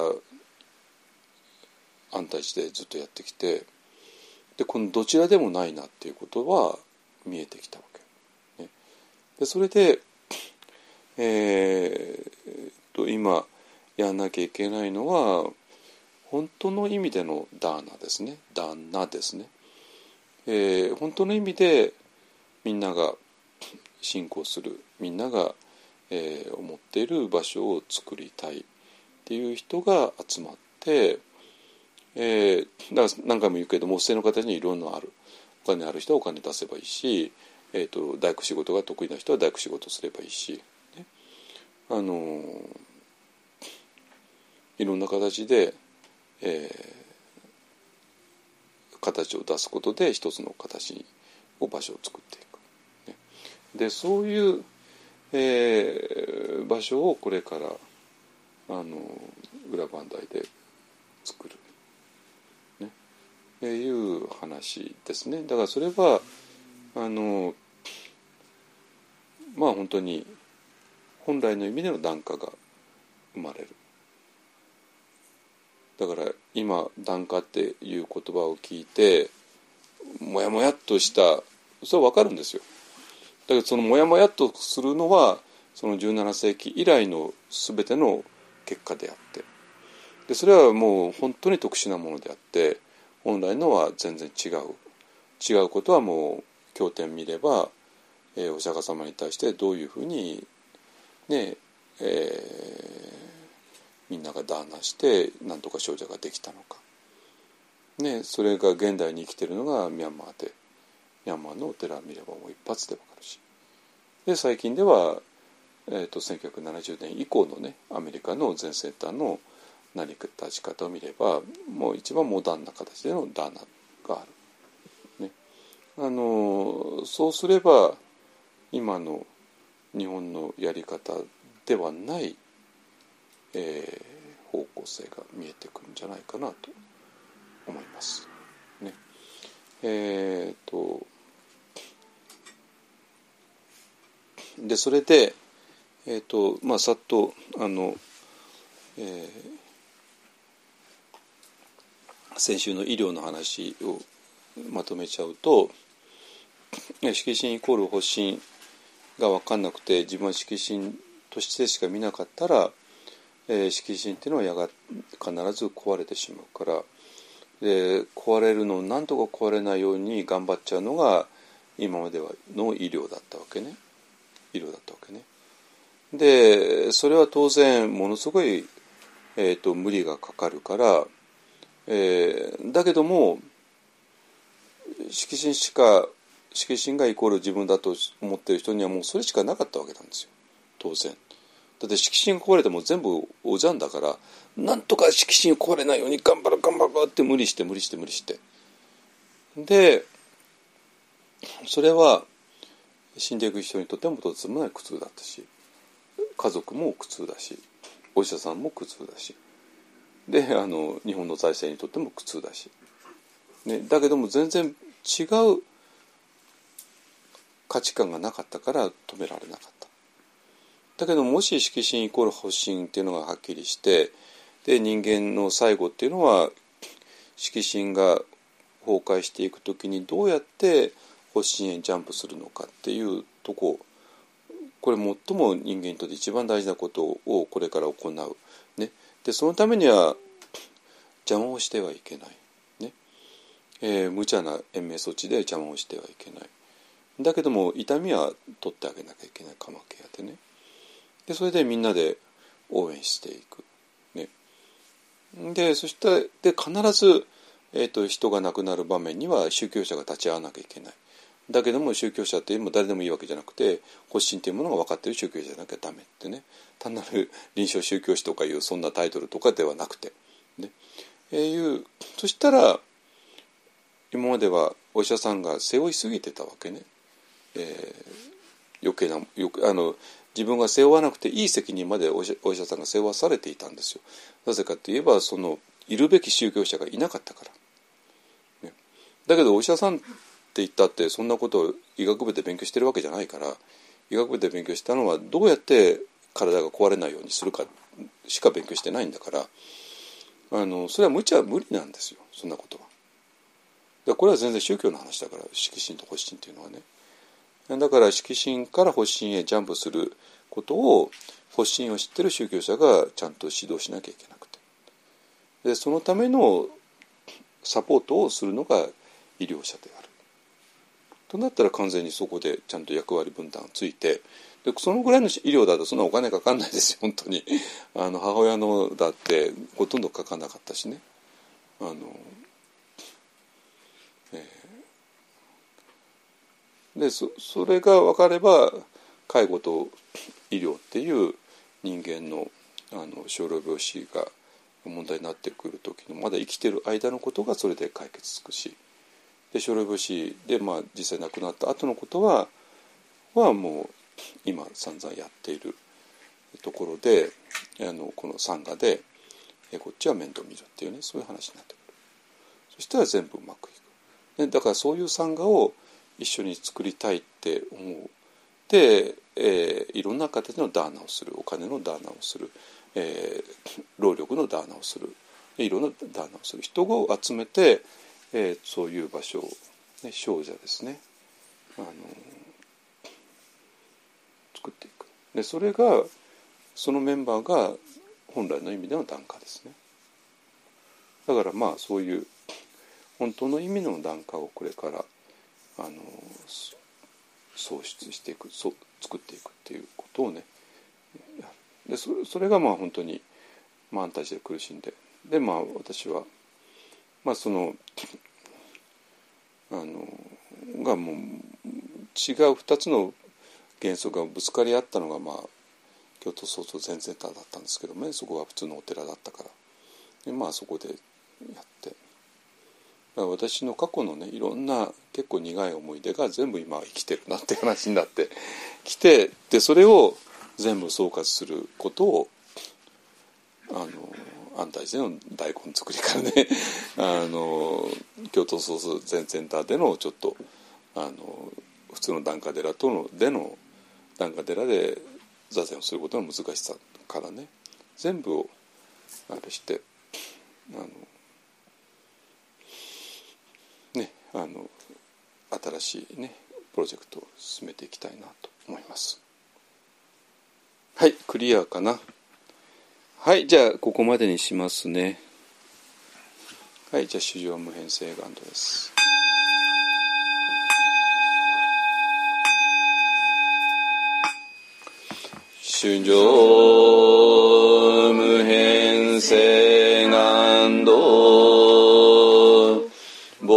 安泰寺でずっとやってきて、でこのどちらでもないなっていうことは見えてきたわけ、ね、でそれで、えー、と今やんなきゃいけないのは本当の意味でのダーナですね、ダーナですね、えー、本当の意味でみんなが信仰する、みんなが、えー、思っている場所を作りたいっていう人が集まって、えー、だから何回も言うけどもお布施の形にいろんなある、お金ある人はお金出せばいいし、えー、と大工仕事が得意な人は大工仕事すればいいし、ね、あのー、いろんな形で、えー、形を出すことで一つの形を場所を作っていく。でそういう、えー、場所をこれからあの裏磐梯で作る、ね、えー、いう話ですね。だからそれはあのまあ本当に本来の意味での檀家が生まれる。だから今檀家っていう言葉を聞いてもやもやっとした、それは分かるんですよ。だけどそのモヤモヤっとするのはそのじゅうなな世紀以来の全ての結果であって、でそれはもう本当に特殊なものであって本来のは全然違う違うことはもう経典見れば、えー、お釈迦様に対してどういうふうにね、えー、みんながダーナして何とか少女ができたのか、ね、それが現代に生きているのがミャンマーでミャンマーのお寺を見ればもう一発で分かるし、で最近では、えー、とせんきゅうひゃくななじゅうねん以降のねアメリカの全センターの成り立ち方を見ればもう一番モダンな形でのダーナがある、ね、あのそうすれば今の日本のやり方ではない、えー、方向性が見えてくるんじゃないかなと思います、ね、えー、とでそれで、えーとまあ、さっとあの、えー、先週の医療の話をまとめちゃうと、色心イコール発心が分かんなくて自分は色心としてしか見なかったら、えー、色心っていうのはやが必ず壊れてしまうから、で壊れるのをなんとか壊れないように頑張っちゃうのが今までの医療だったわけね。医療だったわけね。でそれは当然ものすごい、えー、と無理がかかるから、えー、だけども色心しか色心がイコール自分だと思っている人にはもうそれしかなかったわけなんですよ当然。だって色心が壊れても全部おじゃんだからなんとか色心壊れないように頑張る頑張るって無理して無理して無理してでそれは死んでいく人にとってもとてつもない苦痛だったし家族も苦痛だしお医者さんも苦痛だしであの日本の財政にとっても苦痛だし、ね、だけども全然違う価値観がなかったから止められなかった。だけどもし色心イコール発心っていうのがはっきりしてで人間の最後っていうのは色心が崩壊していくときにどうやって発心へジャンプするのかっていうとこ、これ最も人間にとって一番大事なことをこれから行う、ね、でそのためには邪魔をしてはいけない、ねえー、無茶な延命措置で邪魔をしてはいけない。だけども痛みは取ってあげなきゃいけない、カマケアでね。でそれでみんなで応援していく、ね、でそしてで必ず、えーと、人が亡くなる場面には宗教者が立ち会わなきゃいけない。だけども宗教者っていうのも誰でもいいわけじゃなくて、発信というものが分かっている宗教者じゃなきゃダメってね。単なる臨床宗教師とかいうそんなタイトルとかではなくて、ねえー、いうそしたら今まではお医者さんが背負いすぎてたわけね。えー、余計なよくあの自分が背負わなくていい責任までお医者、お医者さんが背負わされていたんですよ。なぜかといえばそのいるべき宗教者がいなかったから、ね、だけどお医者さんって言ったってそんなことを医学部で勉強してるわけじゃないから、医学部で勉強したのはどうやって体が壊れないようにするかしか勉強してないんだから、あのそれは無茶無理なんですよ、そんなことは。だこれは全然宗教の話だから、色心と発心というのはね。だから色心から発心へジャンプすることを発心を知ってる宗教者がちゃんと指導しなきゃいけなくて、でそのためのサポートをするのが医療者であるとなったら、完全にそこでちゃんと役割分担ついて、でそのぐらいの医療だとそんなお金かかんないですよ本当に。あの母親のだってほとんどかかんなかったしね。あの、えー、で そ, それが分かれば介護と医療っていう人間のあの小老病死が問題になってくる時のまだ生きてる間のことがそれで解決つくし、で小老病死で、まあ、実際亡くなった後のことははもう今散々やっているところで、あのこのサンガでえこっちは面倒見るっていうね、そういう話になってくる。そしたら全部うまくいく、ね、だからそういうサンガを一緒に作りたいって思う。で、えー、いろんな形のダーナをする、お金のダーナをする、えー、労力のダーナをする、いろんなダーナをする人を集めて、えー、そういう場所を、ね、少女ですね、あの作っていく。でそれがそのメンバーが本来の意味での檀家ですね。だからまあそういう本当の意味の檀家をこれからあの創出していく、そ作っていくっていうことをね、で そ, それがまあ本当に、まあ、安泰寺で苦しんで、でまあ私はまあそのあのがもう違うふたつの元素がぶつかり合ったのが、まあ、京都創造禅センターだったんですけどね、そこは普通のお寺だったから、でまあそこでやって、だから私の過去のねいろんな結構苦い思い出が全部今生きてるなって話になってきて、でそれを全部総括することをあの安泰寺の大根作りからねあの京都創造禅センターでのちょっとあの普通の檀家寺とのでの檀家寺で座禅をすることの難しさからね、全部をあれしてあのねあの新しいねプロジェクトを進めていきたいなと思います。はい、クリアかな。はい、じゃあここまでにしますね。はい、じゃあ主情無変性願度です。主情無変性願度、煩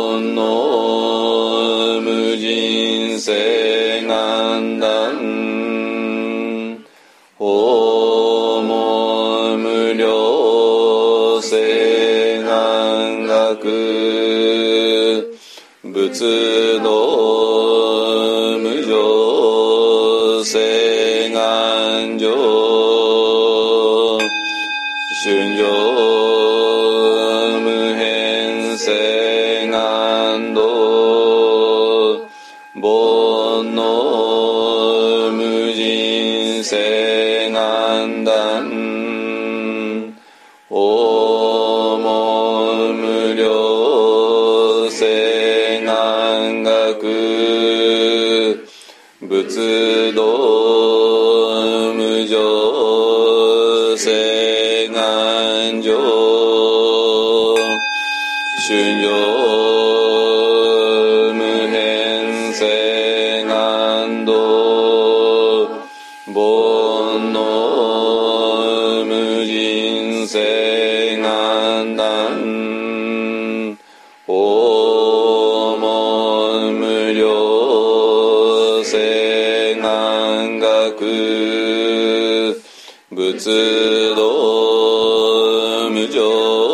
悩無尽性願断、訪問無量性願学、仏道無常性願上、春情無変性願度、煩悩無尽性願断、訪問無量性願学、仏道無常性願上、春情の無人性願断訪問無料性願学仏道無常